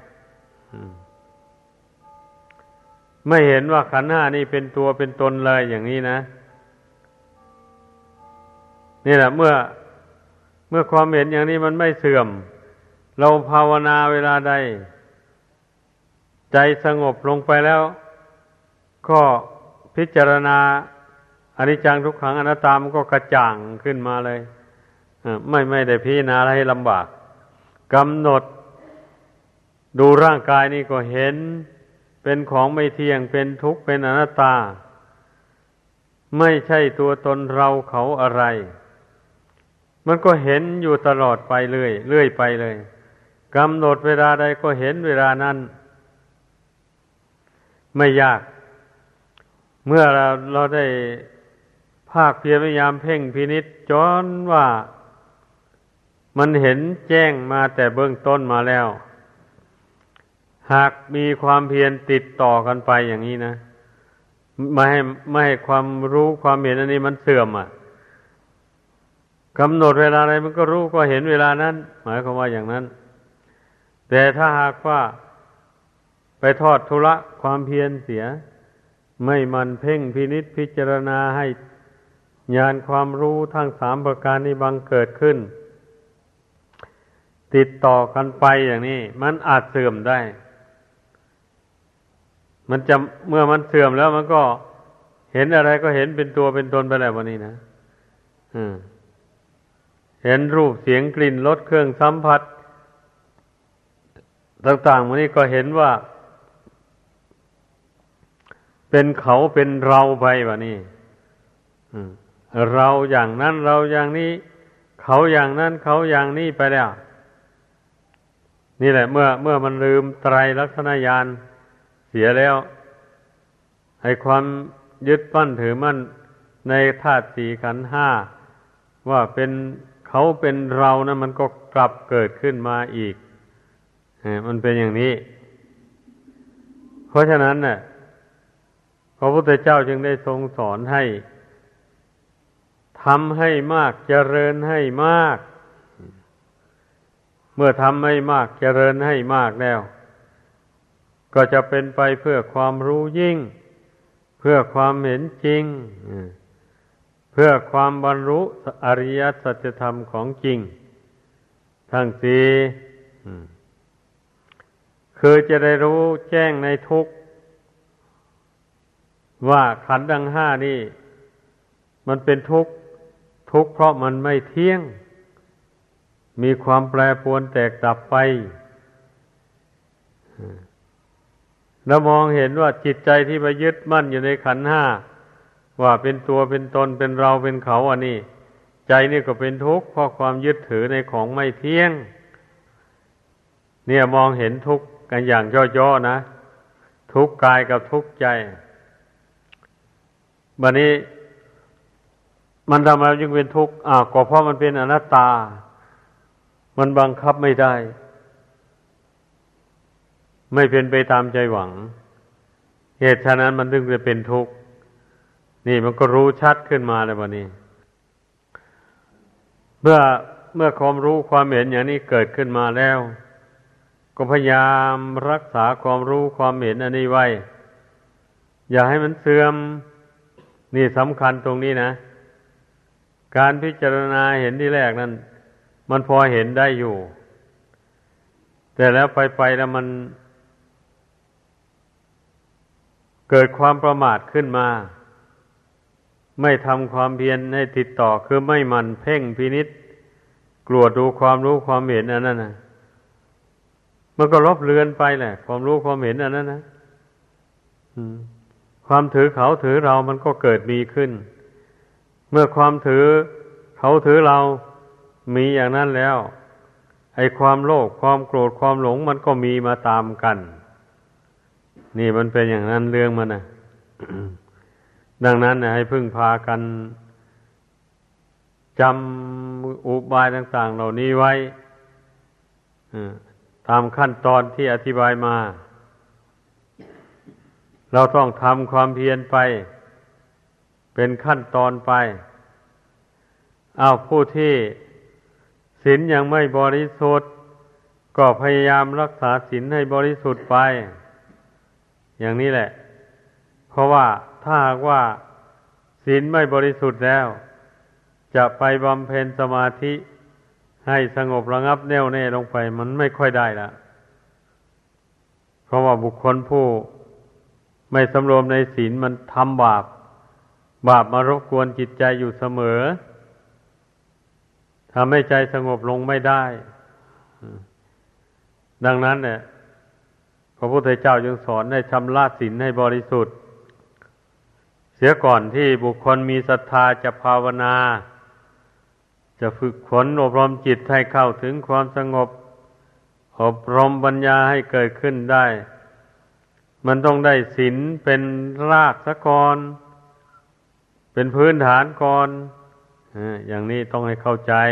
ไม่เห็นว่าขันธ์ห้านี่เป็นตัวเป็นตนเลยอย่างนี้นะนี่แหละเมื่อความเห็นอย่างนี้มันไม่เสื่อมเราภาวนาเวลาใดใจสงบลงไปแล้วก็พิจารณาอนิจจังทุกขังอนัตตามันก็กระจ่างขึ้นมาเลยไม่ได้พิจารณาให้ลำบากกำหนดดูร่างกายนี่ก็เห็นเป็นของไม่เที่ยงเป็นทุกข์เป็นอนัตตาไม่ใช่ตัวตนเราเขาอะไรมันก็เห็นอยู่ตลอดไปเรื่อยไปเลยกำหนดเวลาใดก็เห็นเวลานั้นไม่ยากเมื่อเราได้ภาคเพียรพยายามเพ่งพินิจจนว่ามันเห็นแจ้งมาแต่เบื้องต้นมาแล้วหากมีความเพียรติดต่อกันไปอย่างนี้นะไม่ให้ความรู้ความเห็นอันนี้มันเสื่อมกำหนดเวลาอะไรมันก็รู้ก็เห็นเวลานั้นหมายความว่าอย่างนั้นแต่ถ้าหากว่าไปทอดทุระความเพียรเสียไม่มันเพ่งพินิจพิจารณาให้ญาณความรู้ทั้งสามประการนี้บังเกิดขึ้นติดต่อกันไปอย่างนี้มันอาจเสื่อมได้มันจะเมื่อมันเสื่อมแล้วมันก็เห็นอะไรก็เห็นเป็นตัวเป็นตนไปแล้ววันนี้นะเห็นรูปเสียงกลิ่นรสเครื่องสัมผัสต่างๆวันนี้ก็เห็นว่าเป็นเขาเป็นเราไปวะนี่เราอย่างนั้นเราอย่างนี้เขาอย่างนั้นเขาอย่างนี้ไปแล้วนี่แหละเมื่อมันลืมไตรลักษณญาณเสียแล้วให้ความยึดมั่นถือมั่นในธาตุสี่ขันธ์ห้าว่าเป็นเขาเป็นเรานะมันก็กลับเกิดขึ้นมาอีกมันเป็นอย่างนี้เพราะฉะนั้นน่ะพระพุทธเจ้าจึงได้ทรงสอนให้ทำให้มากเจริญให้มากเมื่อทำให้มากเจริญให้มากแล้วก็จะเป็นไปเพื่อความรู้ยิ่งเพื่อความเห็นจริงเพื่อความบรรลุอริยสัจธรรมของจริงทั้งสี่คือจะได้รู้แจ้งในทุกข์ว่าขันธ์ทั้งห้านี่มันเป็นทุกข์เพราะมันไม่เที่ยงมีความแปรปรวนแตกดับไปแล้วมองเห็นว่าจิตใจที่ไปยึดมั่นอยู่ในขันธ์ห้าว่าเป็นตัวเป็นตนเป็นเราเป็นเขาอันนี้ใจนี่ก็เป็นทุกข์เพราะความยึดถือในของไม่เที่ยงเนี่ยมองเห็นทุกข์กันอย่างย่อๆนะทุกข์กายกับทุกข์ใจบัดนี้มันทำไมจึงเป็นทุกข์ก็เพราะมันเป็นอนัตตามันบังคับไม่ได้ไม่เป็นไปตามใจหวังเหตุฉะนั้นมันถึงจะเป็นทุกข์นี่มันก็รู้ชัดขึ้นมาเลยวันนี้เมื่อความรู้ความเห็นอย่างนี้เกิดขึ้นมาแล้วก็พยายามรักษาความรู้ความเห็นอันนี้ไว้อย่าให้มันเสื่อมนี่สำคัญตรงนี้นะการพิจารณาเห็นที่แรกนั้นมันพอเห็นได้อยู่แต่แล้วไปแล้วมันเกิดความประมาทขึ้นมาไม่ทำความเพียรให้ติดต่อคือไม่หมั่นเพ่งพินิจกลัวดูความรู้ความเห็นอันนั้นนะมันก็ลบเลือนไปแหละความรู้ความเห็นอันนั้นนะความถือเขาถือเรามันก็เกิดมีขึ้นเมื่อความถือเขาถือเรามีอย่างนั้นแล้วไอ้ความโลภความโกรธความหลงมันก็มีมาตามกันนี่มันเป็นอย่างนั้นเรื่องมันนะ ดังนั้นให้พึ่งพากันจำอุบายต่างๆเหล่านี้ไว้ตามขั้นตอนที่อธิบายมาเราต้องทำความเพียรไปเป็นขั้นตอนไปผู้ที่ศีลยังไม่บริสุทธิ์ก็พยายามรักษาศีลให้บริสุทธิ์ไปอย่างนี้แหละเพราะว่าถ้าหากว่าศีลไม่บริสุทธิ์แล้วจะไปบำเพ็ญสมาธิให้สงบระงับแน่วแน่ลงไปมันไม่ค่อยได้ละเพราะว่าบุคคลผู้ไม่สำรวมในศีลมันทำบาปมารบกวนจิตใจอยู่เสมอทำให้ใจสงบลงไม่ได้ดังนั้นเนี่ยพระพุทธเจ้าจึงสอนให้ชำระศีลให้บริสุทธิ์เสียก่อนที่บุคคลมีศรัทธาจะภาวนาจะฝึกฝนอบรมจิตให้เข้าถึงความสงบอบรมปัญญาให้เกิดขึ้นได้มันต้องได้ศีลเป็นรากซะก่อนเป็นพื้นฐานก่อนอย่างนี้ต้องให้เข้าใจ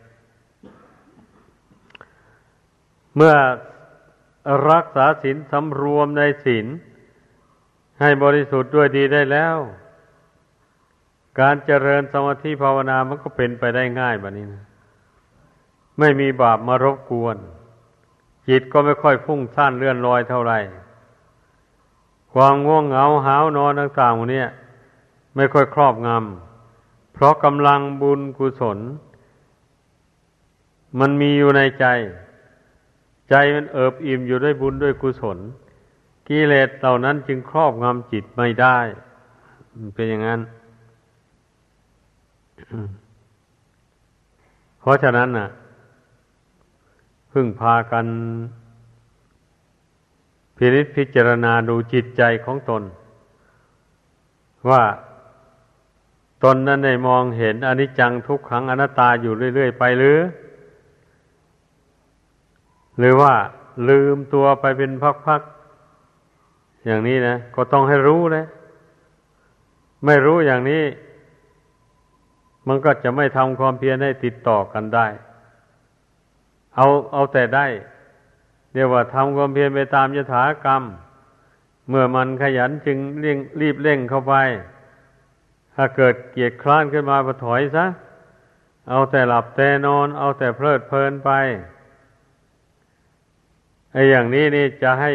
เมื่อรักษาศีลสำรวมในศีลให้บริสุทธิ์ด้วยดีได้แล้วการเจริญสมาธิภาวนามันก็เป็นไปได้ง่ายแบบนี้นะไม่มีบาปมารบกวนจิตก็ไม่ค่อยฟุ้งซ่านเลื่อนลอยเท่าไหร่ความง่วงเหงาหาวนอนต่างๆพวกนี้ไม่ค่อยครอบงำเพราะกำลังบุญกุศลมันมีอยู่ในใจใจมันเอิบอิ่มอยู่ด้วยบุญด้วยกุศลกิเลสเหล่านั้นจึงครอบงำจิตไม่ได้มันเป็นอย่างนั้นเพราะฉะนั้นน่ะพึ่งพากันพินิจพิจารณาดูจิตใจของตนว่าตนนั้นได้มองเห็นอนิจจังทุกขังอนัตตาอยู่เรื่อยๆไปหรือว่าลืมตัวไปเป็นพักๆอย่างนี้นะก็ต้องให้รู้นะไม่รู้อย่างนี้มันก็จะไม่ทำความเพียรให้ติดต่อกันได้เอาแต่ได้เรียกว่าทำความเพียรไปตามยถากรรมเมื่อมันขยันจึงรีบเร่งเข้าไปถ้าเกิดเกียจคร้านขึ้นมาก็ถอยซะเอาแต่หลับแต่นอนเอาแต่เพลิดเพลินไปไอ้อย่างนี้นี่จะให้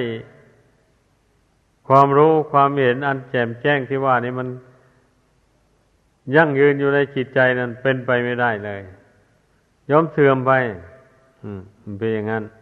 ความรู้ความเห็นอันแจ่มแจ้งที่ว่านี่มันยั่งยืนอยู่ในจิตใจนั้นเป็นไปไม่ได้เลยย่อมเสื่อมไปมันเป็นอย่างนั้น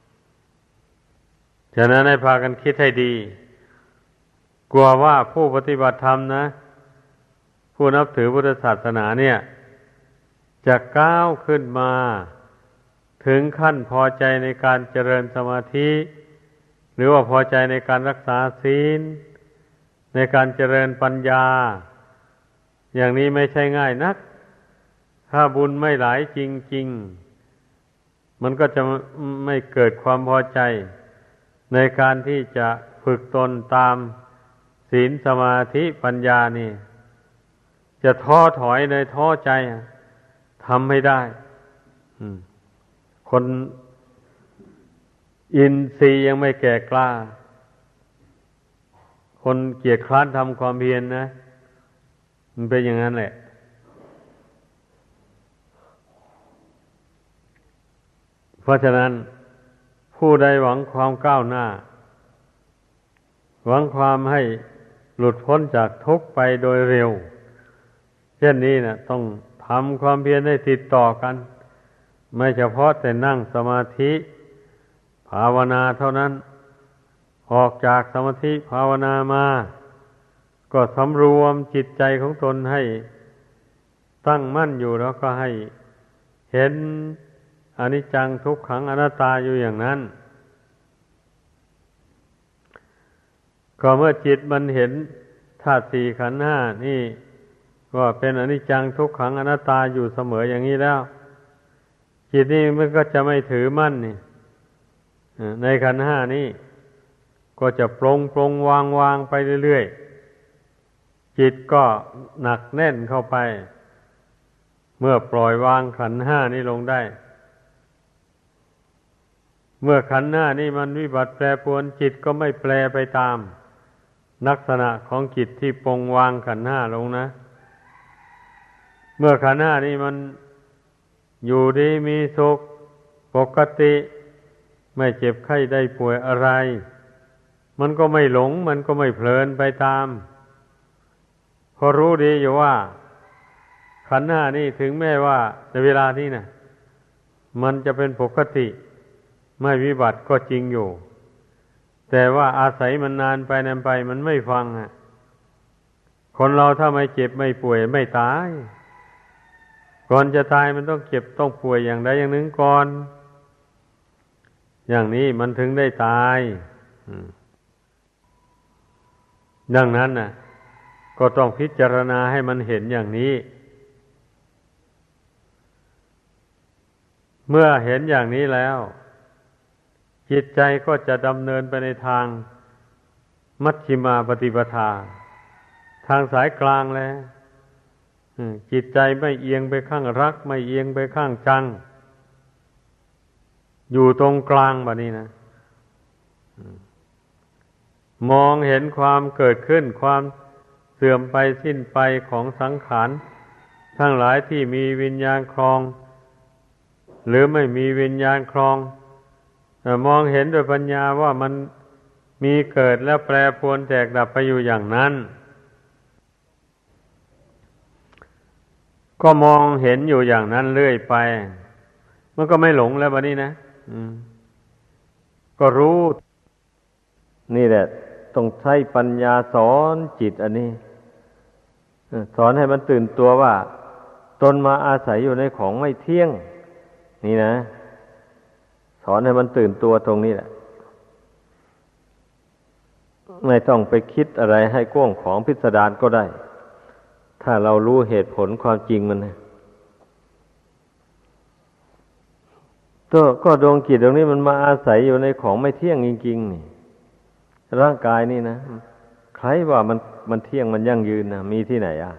ฉะนั้นให้พากันคิดให้ดีกลัวว่าผู้ปฏิบัติธรรมนะผู้นับถือพุทธศาสนาเนี่ยจะก้าวขึ้นมาถึงขั้นพอใจในการเจริญสมาธิหรือว่าพอใจในการรักษาศีลในการเจริญปัญญาอย่างนี้ไม่ใช่ง่ายนักถ้าบุญไม่หลายจริงๆมันก็จะไม่เกิดความพอใจในการที่จะฝึกตนตามศีลสมาธิปัญญานี่จะท้อถอยในท้อใจทำไม่ได้คนอินทรีย์ยังไม่แก่กล้าคนเกียจคร้านทำความเพียรนะมันเป็นอย่างนั้นแหละเพราะฉะนั้นผู้ใดหวังความก้าวหน้าหวังความให้หลุดพ้นจากทุกข์ไปโดยเร็วเช่นนี้นะต้องทำความเพียรให้ติดต่อกันไม่เฉพาะแต่นั่งสมาธิภาวนาเท่านั้นออกจากสมาธิภาวนามาก็สำรวมจิตใจของตนให้ตั้งมั่นอยู่แล้วก็ให้เห็นอนิจจังทุกขังอนัตตาอยู่อย่างนั้นก็เมื่อจิตมันเห็นธาตุสี่ขันธ์ห้านี่ก็เป็นอนิจจังทุกขังอนัตตาอยู่เสมออย่างนี้แล้วจิตนี่มันก็จะไม่ถือมั่นนี่ในขันธ์ห้านี้ก็จะปรงวางไปเรื่อยๆจิตก็หนักแน่นเข้าไปเมื่อปล่อยวางขันธ์ห้านี้ลงได้เมื่อขันธ์ห้านี้มันวิบัติแปรปรวนจิตก็ไม่แปรไปตามลักษณะของจิตที่ปรงวางขันธ์ห้าลงนะเมื่อขันธ์ห้านี้มันอยู่ดีมีสุขปกติไม่เจ็บไข้ได้ป่วยอะไรมันก็ไม่หลงมันก็ไม่เพลินไปตามพอรู้ดีอยู่ว่าขันธ์ห้านี่ถึงแม้ว่าในเวลานี้นะมันจะเป็นปกติไม่วิบัติก็จริงอยู่แต่ว่าอาศัยมันนานไปมันไม่ฟังคนเราถ้าไม่เจ็บไม่ป่วยไม่ตายก่อนจะตายมันต้องเจ็บต้องป่วยอย่างใดอย่างหนึ่งก่อนอย่างนี้มันถึงได้ตายดังนั้นน่ะก็ต้องพิจารณาให้มันเห็นอย่างนี้เมื่อเห็นอย่างนี้แล้วจิตใจก็จะดำเนินไปในทางมัชฌิมาปฏิปทาทางสายกลางแล้วจิตใจไม่เอียงไปข้างรักไม่เอียงไปข้างชังอยู่ตรงกลางแบบนี้นะมองเห็นความเกิดขึ้นความเสื่อมไปสิ้นไปของสังขารทั้งหลายที่มีวิญญาณครองหรือไม่มีวิญญาณครองมองเห็นโดยปัญญาว่ามันมีเกิดแล้วแปรปรวนแตกดับไปอยู่อย่างนั้นก็มองเห็นอยู่อย่างนั้นเรื่อยไปมันก็ไม่หลงแล้วบัดนี้นะก็รู้นี่แหละต้องใช้ปัญญาสอนจิตอันนี้สอนให้มันตื่นตัวว่าตนมาอาศัยอยู่ในของไม่เที่ยงนี่นะสอนให้มันตื่นตัวตรงนี้แหละไม่ต้องไปคิดอะไรให้กว้างขวางพิสดารก็ได้ถ้าเรารู้เหตุผลความจริงมันนะก็ดวงจิตตรงนี้มันมาอาศัยอยู่ในของไม่เที่ยงจริงๆนี่ร่างกายนี่นะใครว่ามันเที่ยงมันยั่งยืนนะมีที่ไหนอ่ะ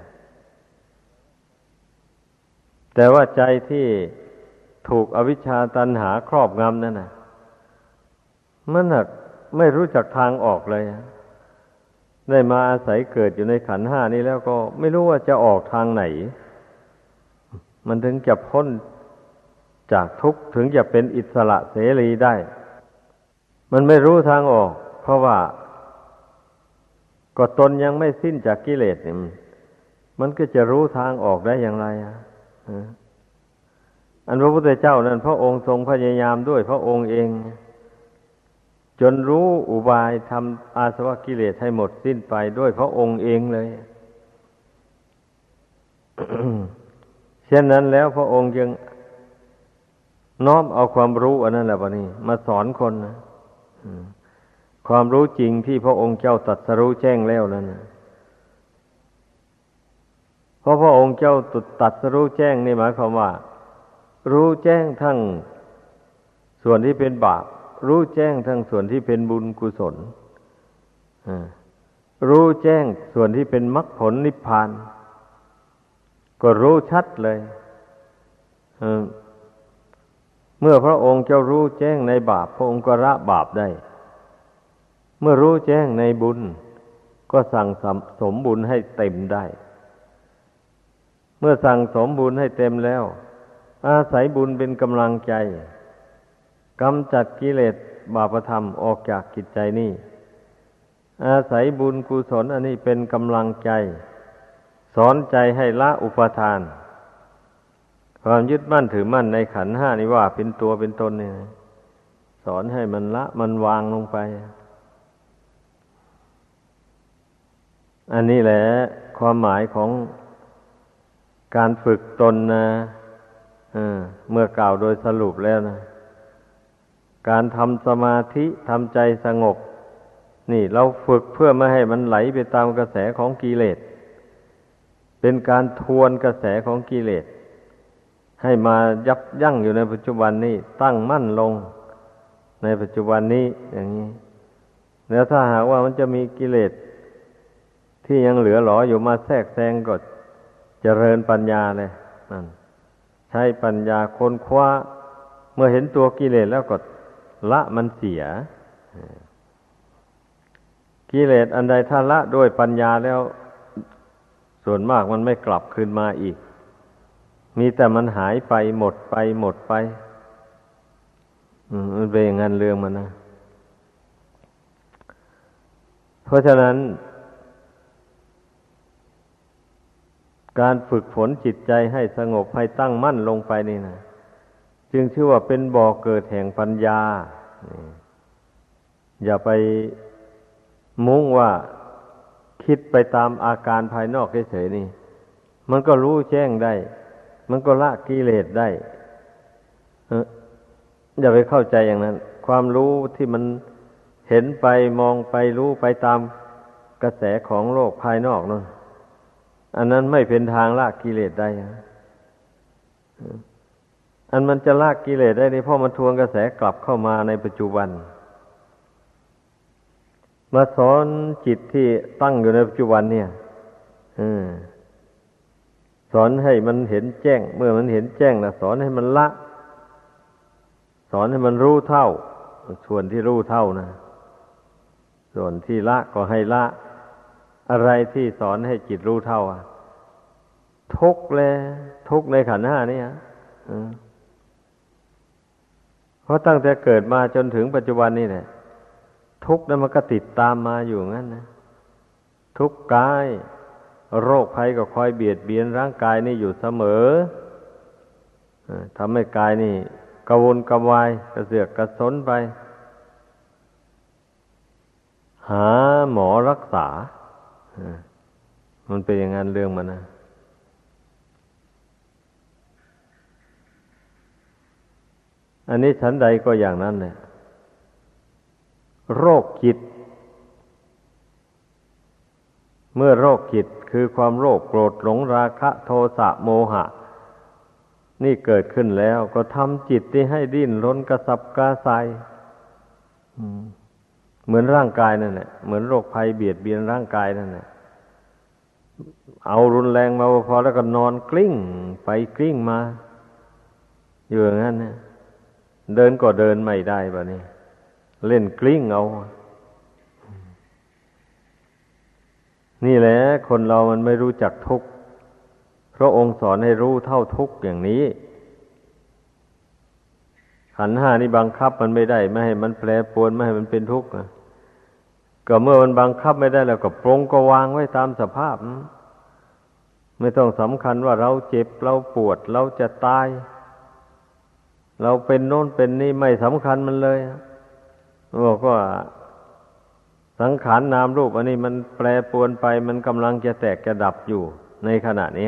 แต่ว่าใจที่ถูกอวิชชาตัณหาครอบงำนั่นน่ะมันน่ะไม่รู้จักทางออกเลยได้มาอาศัยเกิดอยู่ในขันธ์ห้านี้แล้วก็ไม่รู้ว่าจะออกทางไหนมันถึงจะพ้นจากทุกข์ถึงจะเป็นอิสระเสรีได้มันไม่รู้ทางออกเพราะว่าก็ตนยังไม่สิ้นจากกิเลสนี่มันก็จะรู้ทางออกได้อย่างไรอันพระพุทธเจ้านั้นพระองค์ทรงพยายามด้วยพระองค์เองจนรู้อุบายทำอาสวะกิเลสให้หมดสิ้นไปด้วยพระองค์เองเลย เช่นนั้นแล้วพระองค์ยังน้อมเอาความรู้อันนั้นแหละบัดนี้มาสอนคนนะความรู้จริงที่พระองค์เจ้าตรัสรู้แจ้งแล้วนั่นนะเพราะพระองค์เจ้าตรัสรู้แจ้งนี่หมายความว่ารู้แจ้งทั้งส่วนที่เป็นบาปรู้แจ้งทั้งส่วนที่เป็นบุญกุศลรู้แจ้งส่วนที่เป็นมรรคผลนิพพานก็รู้ชัดเลยเมื่อพระองค์เจ้ารู้แจ้งในบาปพระองค์ก็ละบาปได้เมื่อรู้แจ้งในบุญก็สั่งสมบุญให้เต็มได้เมื่อสั่งสมบุญให้เต็มแล้วอาศัยบุญเป็นกำลังใจกำจัดกิเลสบาปธรรมออกจากจิตใจนี่อาศัยบุญกุศลอันนี้เป็นกำลังใจสอนใจให้ละอุปทานความยึดมั่นถือมั่นในขันธ์ห้านี่ว่าเป็นตัวเป็นตนนี่สอนให้มันละมันวางลงไปอันนี้แหละความหมายของการฝึกตนนะเมื่อกล่าวโดยสรุปแล้วนะการทำสมาธิทำใจสงบนี่เราฝึกเพื่อไม่ให้มันไหลไปตามกระแสของกิเลสเป็นการทวนกระแสของกิเลสให้มายับยั้งอยู่ในปัจจุบันนี้ตั้งมั่นลงในปัจจุบันนี้อย่างนี้แล้วถ้าหากว่ามันจะมีกิเลสที่ยังเหลือหลออยู่มาแทรกแซงก็เจริญปัญญาเลยนั่นใช้ปัญญาค้นคว้าเมื่อเห็นตัวกิเลสแล้วก็ละมันเสียกิเลสอันใดถ้าละด้วยปัญญาแล้วส่วนมากมันไม่กลับคืนมาอีกมีแต่มันหายไปหมดไปมันเป็นอย่างนั้นเรื่องมันนะเพราะฉะนั้นการฝึกฝนจิตใจให้สงบให้ตั้งมั่นลงไปนี่นะจึงชื่อว่าเป็นบ่อเกิดแห่งปัญญาอย่าไปมุ่งว่าคิดไปตามอาการภายนอกเฉยๆนี่มันก็รู้แจ้งได้มันก็ละกิเลสได้อย่าไปเข้าใจอย่างนั้นความรู้ที่มันเห็นไปมองไปรู้ไปตามกระแสของโลกภายนอกนั่นอันนั้นไม่เป็นทางละกิเลสได้อันมันจะละกิเลสได้นี่เพราะมันทวนกระแสกลับเข้ามาในปัจจุบันมาสอนจิตที่ตั้งอยู่ในปัจจุบันเนี่ยสอนให้มันเห็นแจ้งเมื่อมันเห็นแจ้งนะสอนให้มันละสอนให้มันรู้เท่าส่วนที่รู้เท่านะส่วนที่ละก็ให้ละอะไรที่สอนให้จิตรู้เท่าทุกข์เลยทุกข์ในขันธ์ห้านี่เพราะตั้งแต่เกิดมาจนถึงปัจจุบันนี่แหละทุกข์นั้นมันก็ติดตามมาอยู่งั้นนะทุกข์กายโรคภัยก็คอยเบียดเบียนร่างกายนี่อยู่เสมอทำให้กายนี่กระวนกระวายกระเสือกกระสนไปหาหมอรักษามันเป็นอย่างนั้นเรื่องมันนะอันนี้ฉันใดก็อย่างนั้นแหละโรคจิตเมื่อโรคจิตคือความโลภโกรธหลงราคะโทสะโมหะนี่เกิดขึ้นแล้วก็ทำจิตที่ให้ดิ้นรนกระสับกระส่ายเหมือนร่างกายนั่นแหละเหมือนโรคภัยเบียดเบียนร่างกายนั่นแหละเอารุนแรงมาพอแล้วก็นอนกลิ้งไปกลิ้งมาอยู่อย่างนั้นเนี่ยเดินก็เดินไม่ได้แบบนี้เล่นกลิ้งเอานี่แหละคนเรามันไม่รู้จักทุกข์พระองค์สอนให้รู้เท่าทุกข์อย่างนี้ขันธ์ห้านี่บังคับมันไม่ได้ไม่ให้มันแปรปรวนไม่ให้มันเป็นทุกข์ก็เมื่อมันบังคับไม่ได้แล้วก็ปรงก็วางไว้ตามสภาพไม่ต้องสำคัญว่าเราเจ็บเราปวดเราจะตายเราเป็นโน่นเป็นนี่ไม่สำคัญมันเลยบอกว่าสังขารนามรูปอันนี้มันแปรปรวนไปมันกำลังจะแตกจะดับอยู่ในขณะนี้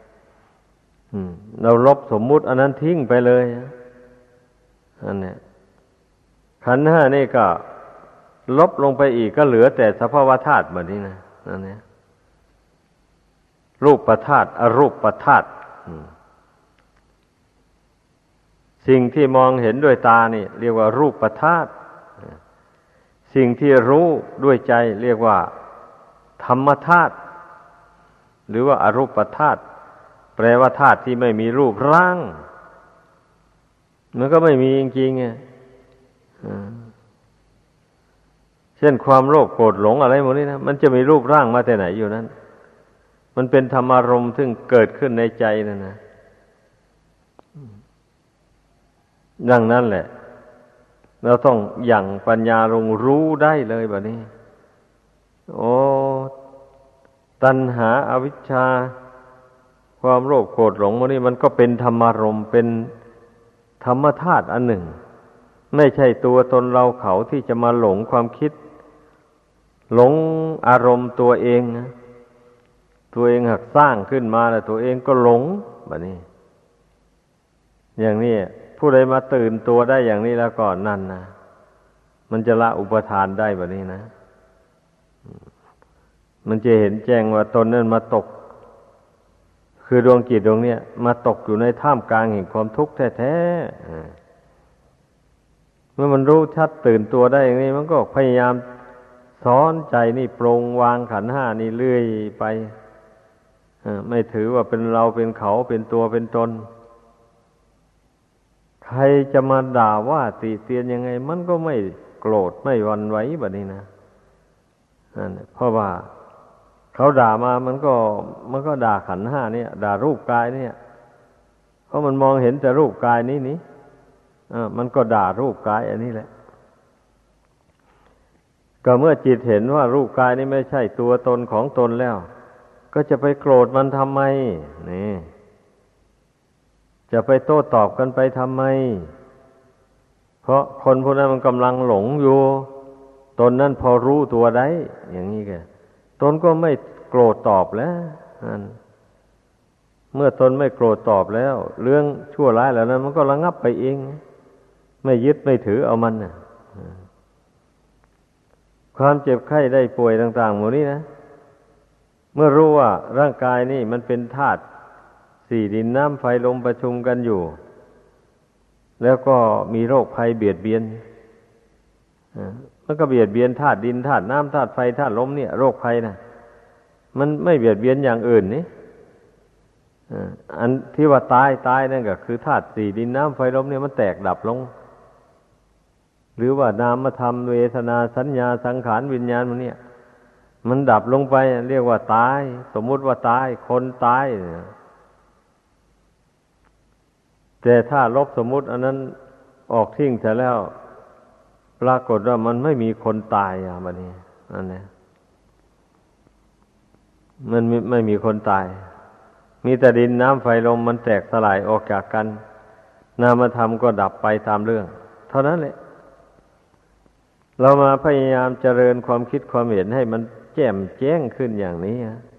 เราลบสมมุติอันนั้นทิ้งไปเลยอันนี้ขันธ์ห้านี่ก็ลบลงไปอีกก็เหลือแต่สภาวะธาตุแบบนี้นะนั่นเนี่ยรูปธาตุอรูปธาตุสิ่งที่มองเห็นด้วยตานี่เรียกว่ารูปธาตุสิ่งที่รู้ด้วยใจเรียกว่าธรรมธาตุหรือว่าอรูปธาตุแปลว่าธาตุที่ไม่มีรูปร่างมันก็ไม่มีจริงๆไงเช่นความโลภโกรธหลงอะไรหมดนี้นะมันจะมีรูปร่างมาแต่ไหนอยู่นั้นมันเป็นธรรมารมณ์ซึ่งเกิดขึ้นในใจนั่นนะดังนั้นแหละเราต้องหยั่งปัญญาลงรู้ได้เลยแบบนี้โอ้ตัณหาอวิชชาความโลภโกรธหลงมันนี่มันก็เป็นธรรมารมณ์เป็นธรรมธาตุอันหนึ่งไม่ใช่ตัวตนเราเขาที่จะมาหลงความคิดหลงอารมณ์ตัวเองนะตัวเองหักสร้างขึ้นมาแล้วตัวเองก็หลงแบบนี้อย่างนี้ผู้ใดมาตื่นตัวได้อย่างนี้แล้วก็นั่นนะมันจะละอุปทานได้แบบนี้นะมันจะเห็นแจ้งว่าตนนั้นมาตกคือดวงจิตดวงเนี้ยมาตกอยู่ในท่ามกลางแห่งความทุกข์แท้ๆเมื่อมันรู้ชัดตื่นตัวได้อย่างนี้มันก็พยายามสอนใจนี่ปรงวางขันธ์ห้านี่เรื่อยไปไม่ถือว่าเป็นเราเป็นเขาเป็นตัวเป็นตนใครจะมาด่าว่าติเตียนยังไงมันก็ไม่โกรธไม่หวั่นไหวแบบนี้นะเพราะว่าเขาด่ามามันก็ด่าขันธ์ห้าเนี่ยด่ารูปกายเนี่ยเพราะมันมองเห็นแต่รูปกายนี้นี่มันก็ด่ารูปกายอันนี้แหละก็เมื่อจิตเห็นว่ารูปกายนี้ไม่ใช่ตัวตนของตนแล้วก็จะไปโกรธมันทำไมนี่จะไปโต้ตอบกันไปทำไมเพราะคนพวกนั้นมันกำลังหลงอยู่ตนนั้นพอรู้ตัวได้อย่างนี้แกตนก็ไม่โกรธตอบแล้วเมื่อตนไม่โกรธตอบแล้วเรื่องชั่วร้ายเหล่านั้นมันก็ระงับไปเองไม่ยึดไม่ถือเอามันน่ะความเจ็บไข้ได้ป่วยต่างๆหมดนี้นะเมื่อรู้ว่าร่างกายนี่มันเป็นธาตุสี่ดินน้ำไฟลมประชุมกันอยู่แล้วก็มีโรคภัยเบียดเบียนมันก็เบียดเบียนธาตุดินธาตุน้ำธาตุไฟธาตุลมเนี่ยโรคภัยนะมันไม่เบียดเบียนอย่างอื่นนี่อันที่ว่าตายนั่นก็คือธาตุสี่ดินน้ำไฟลมเนี่ยมันแตกดับลงหรือว่านามธรรมเวทนาสัญญาสังขารวิญญาณมันเนี่ยมันดับลงไปเรียกว่าตายสมมุติว่าตายคนตายแต่ถ้าลบสมมุติอันนั้นออกทิ้งเสร็จแล้วปรากฏว่ามันไม่มีคนตายบัดนี้นั่นแหละมันไม่มีคนตายมีแต่ดินน้ำไฟลมมันแตกสลายออกจากกันนามธรรมก็ดับไปตามเรื่องเท่านั้นแหละเรามาพยายามเจริญความคิดความเห็นให้มันแจ่มแจ้งขึ้นอย่างนี้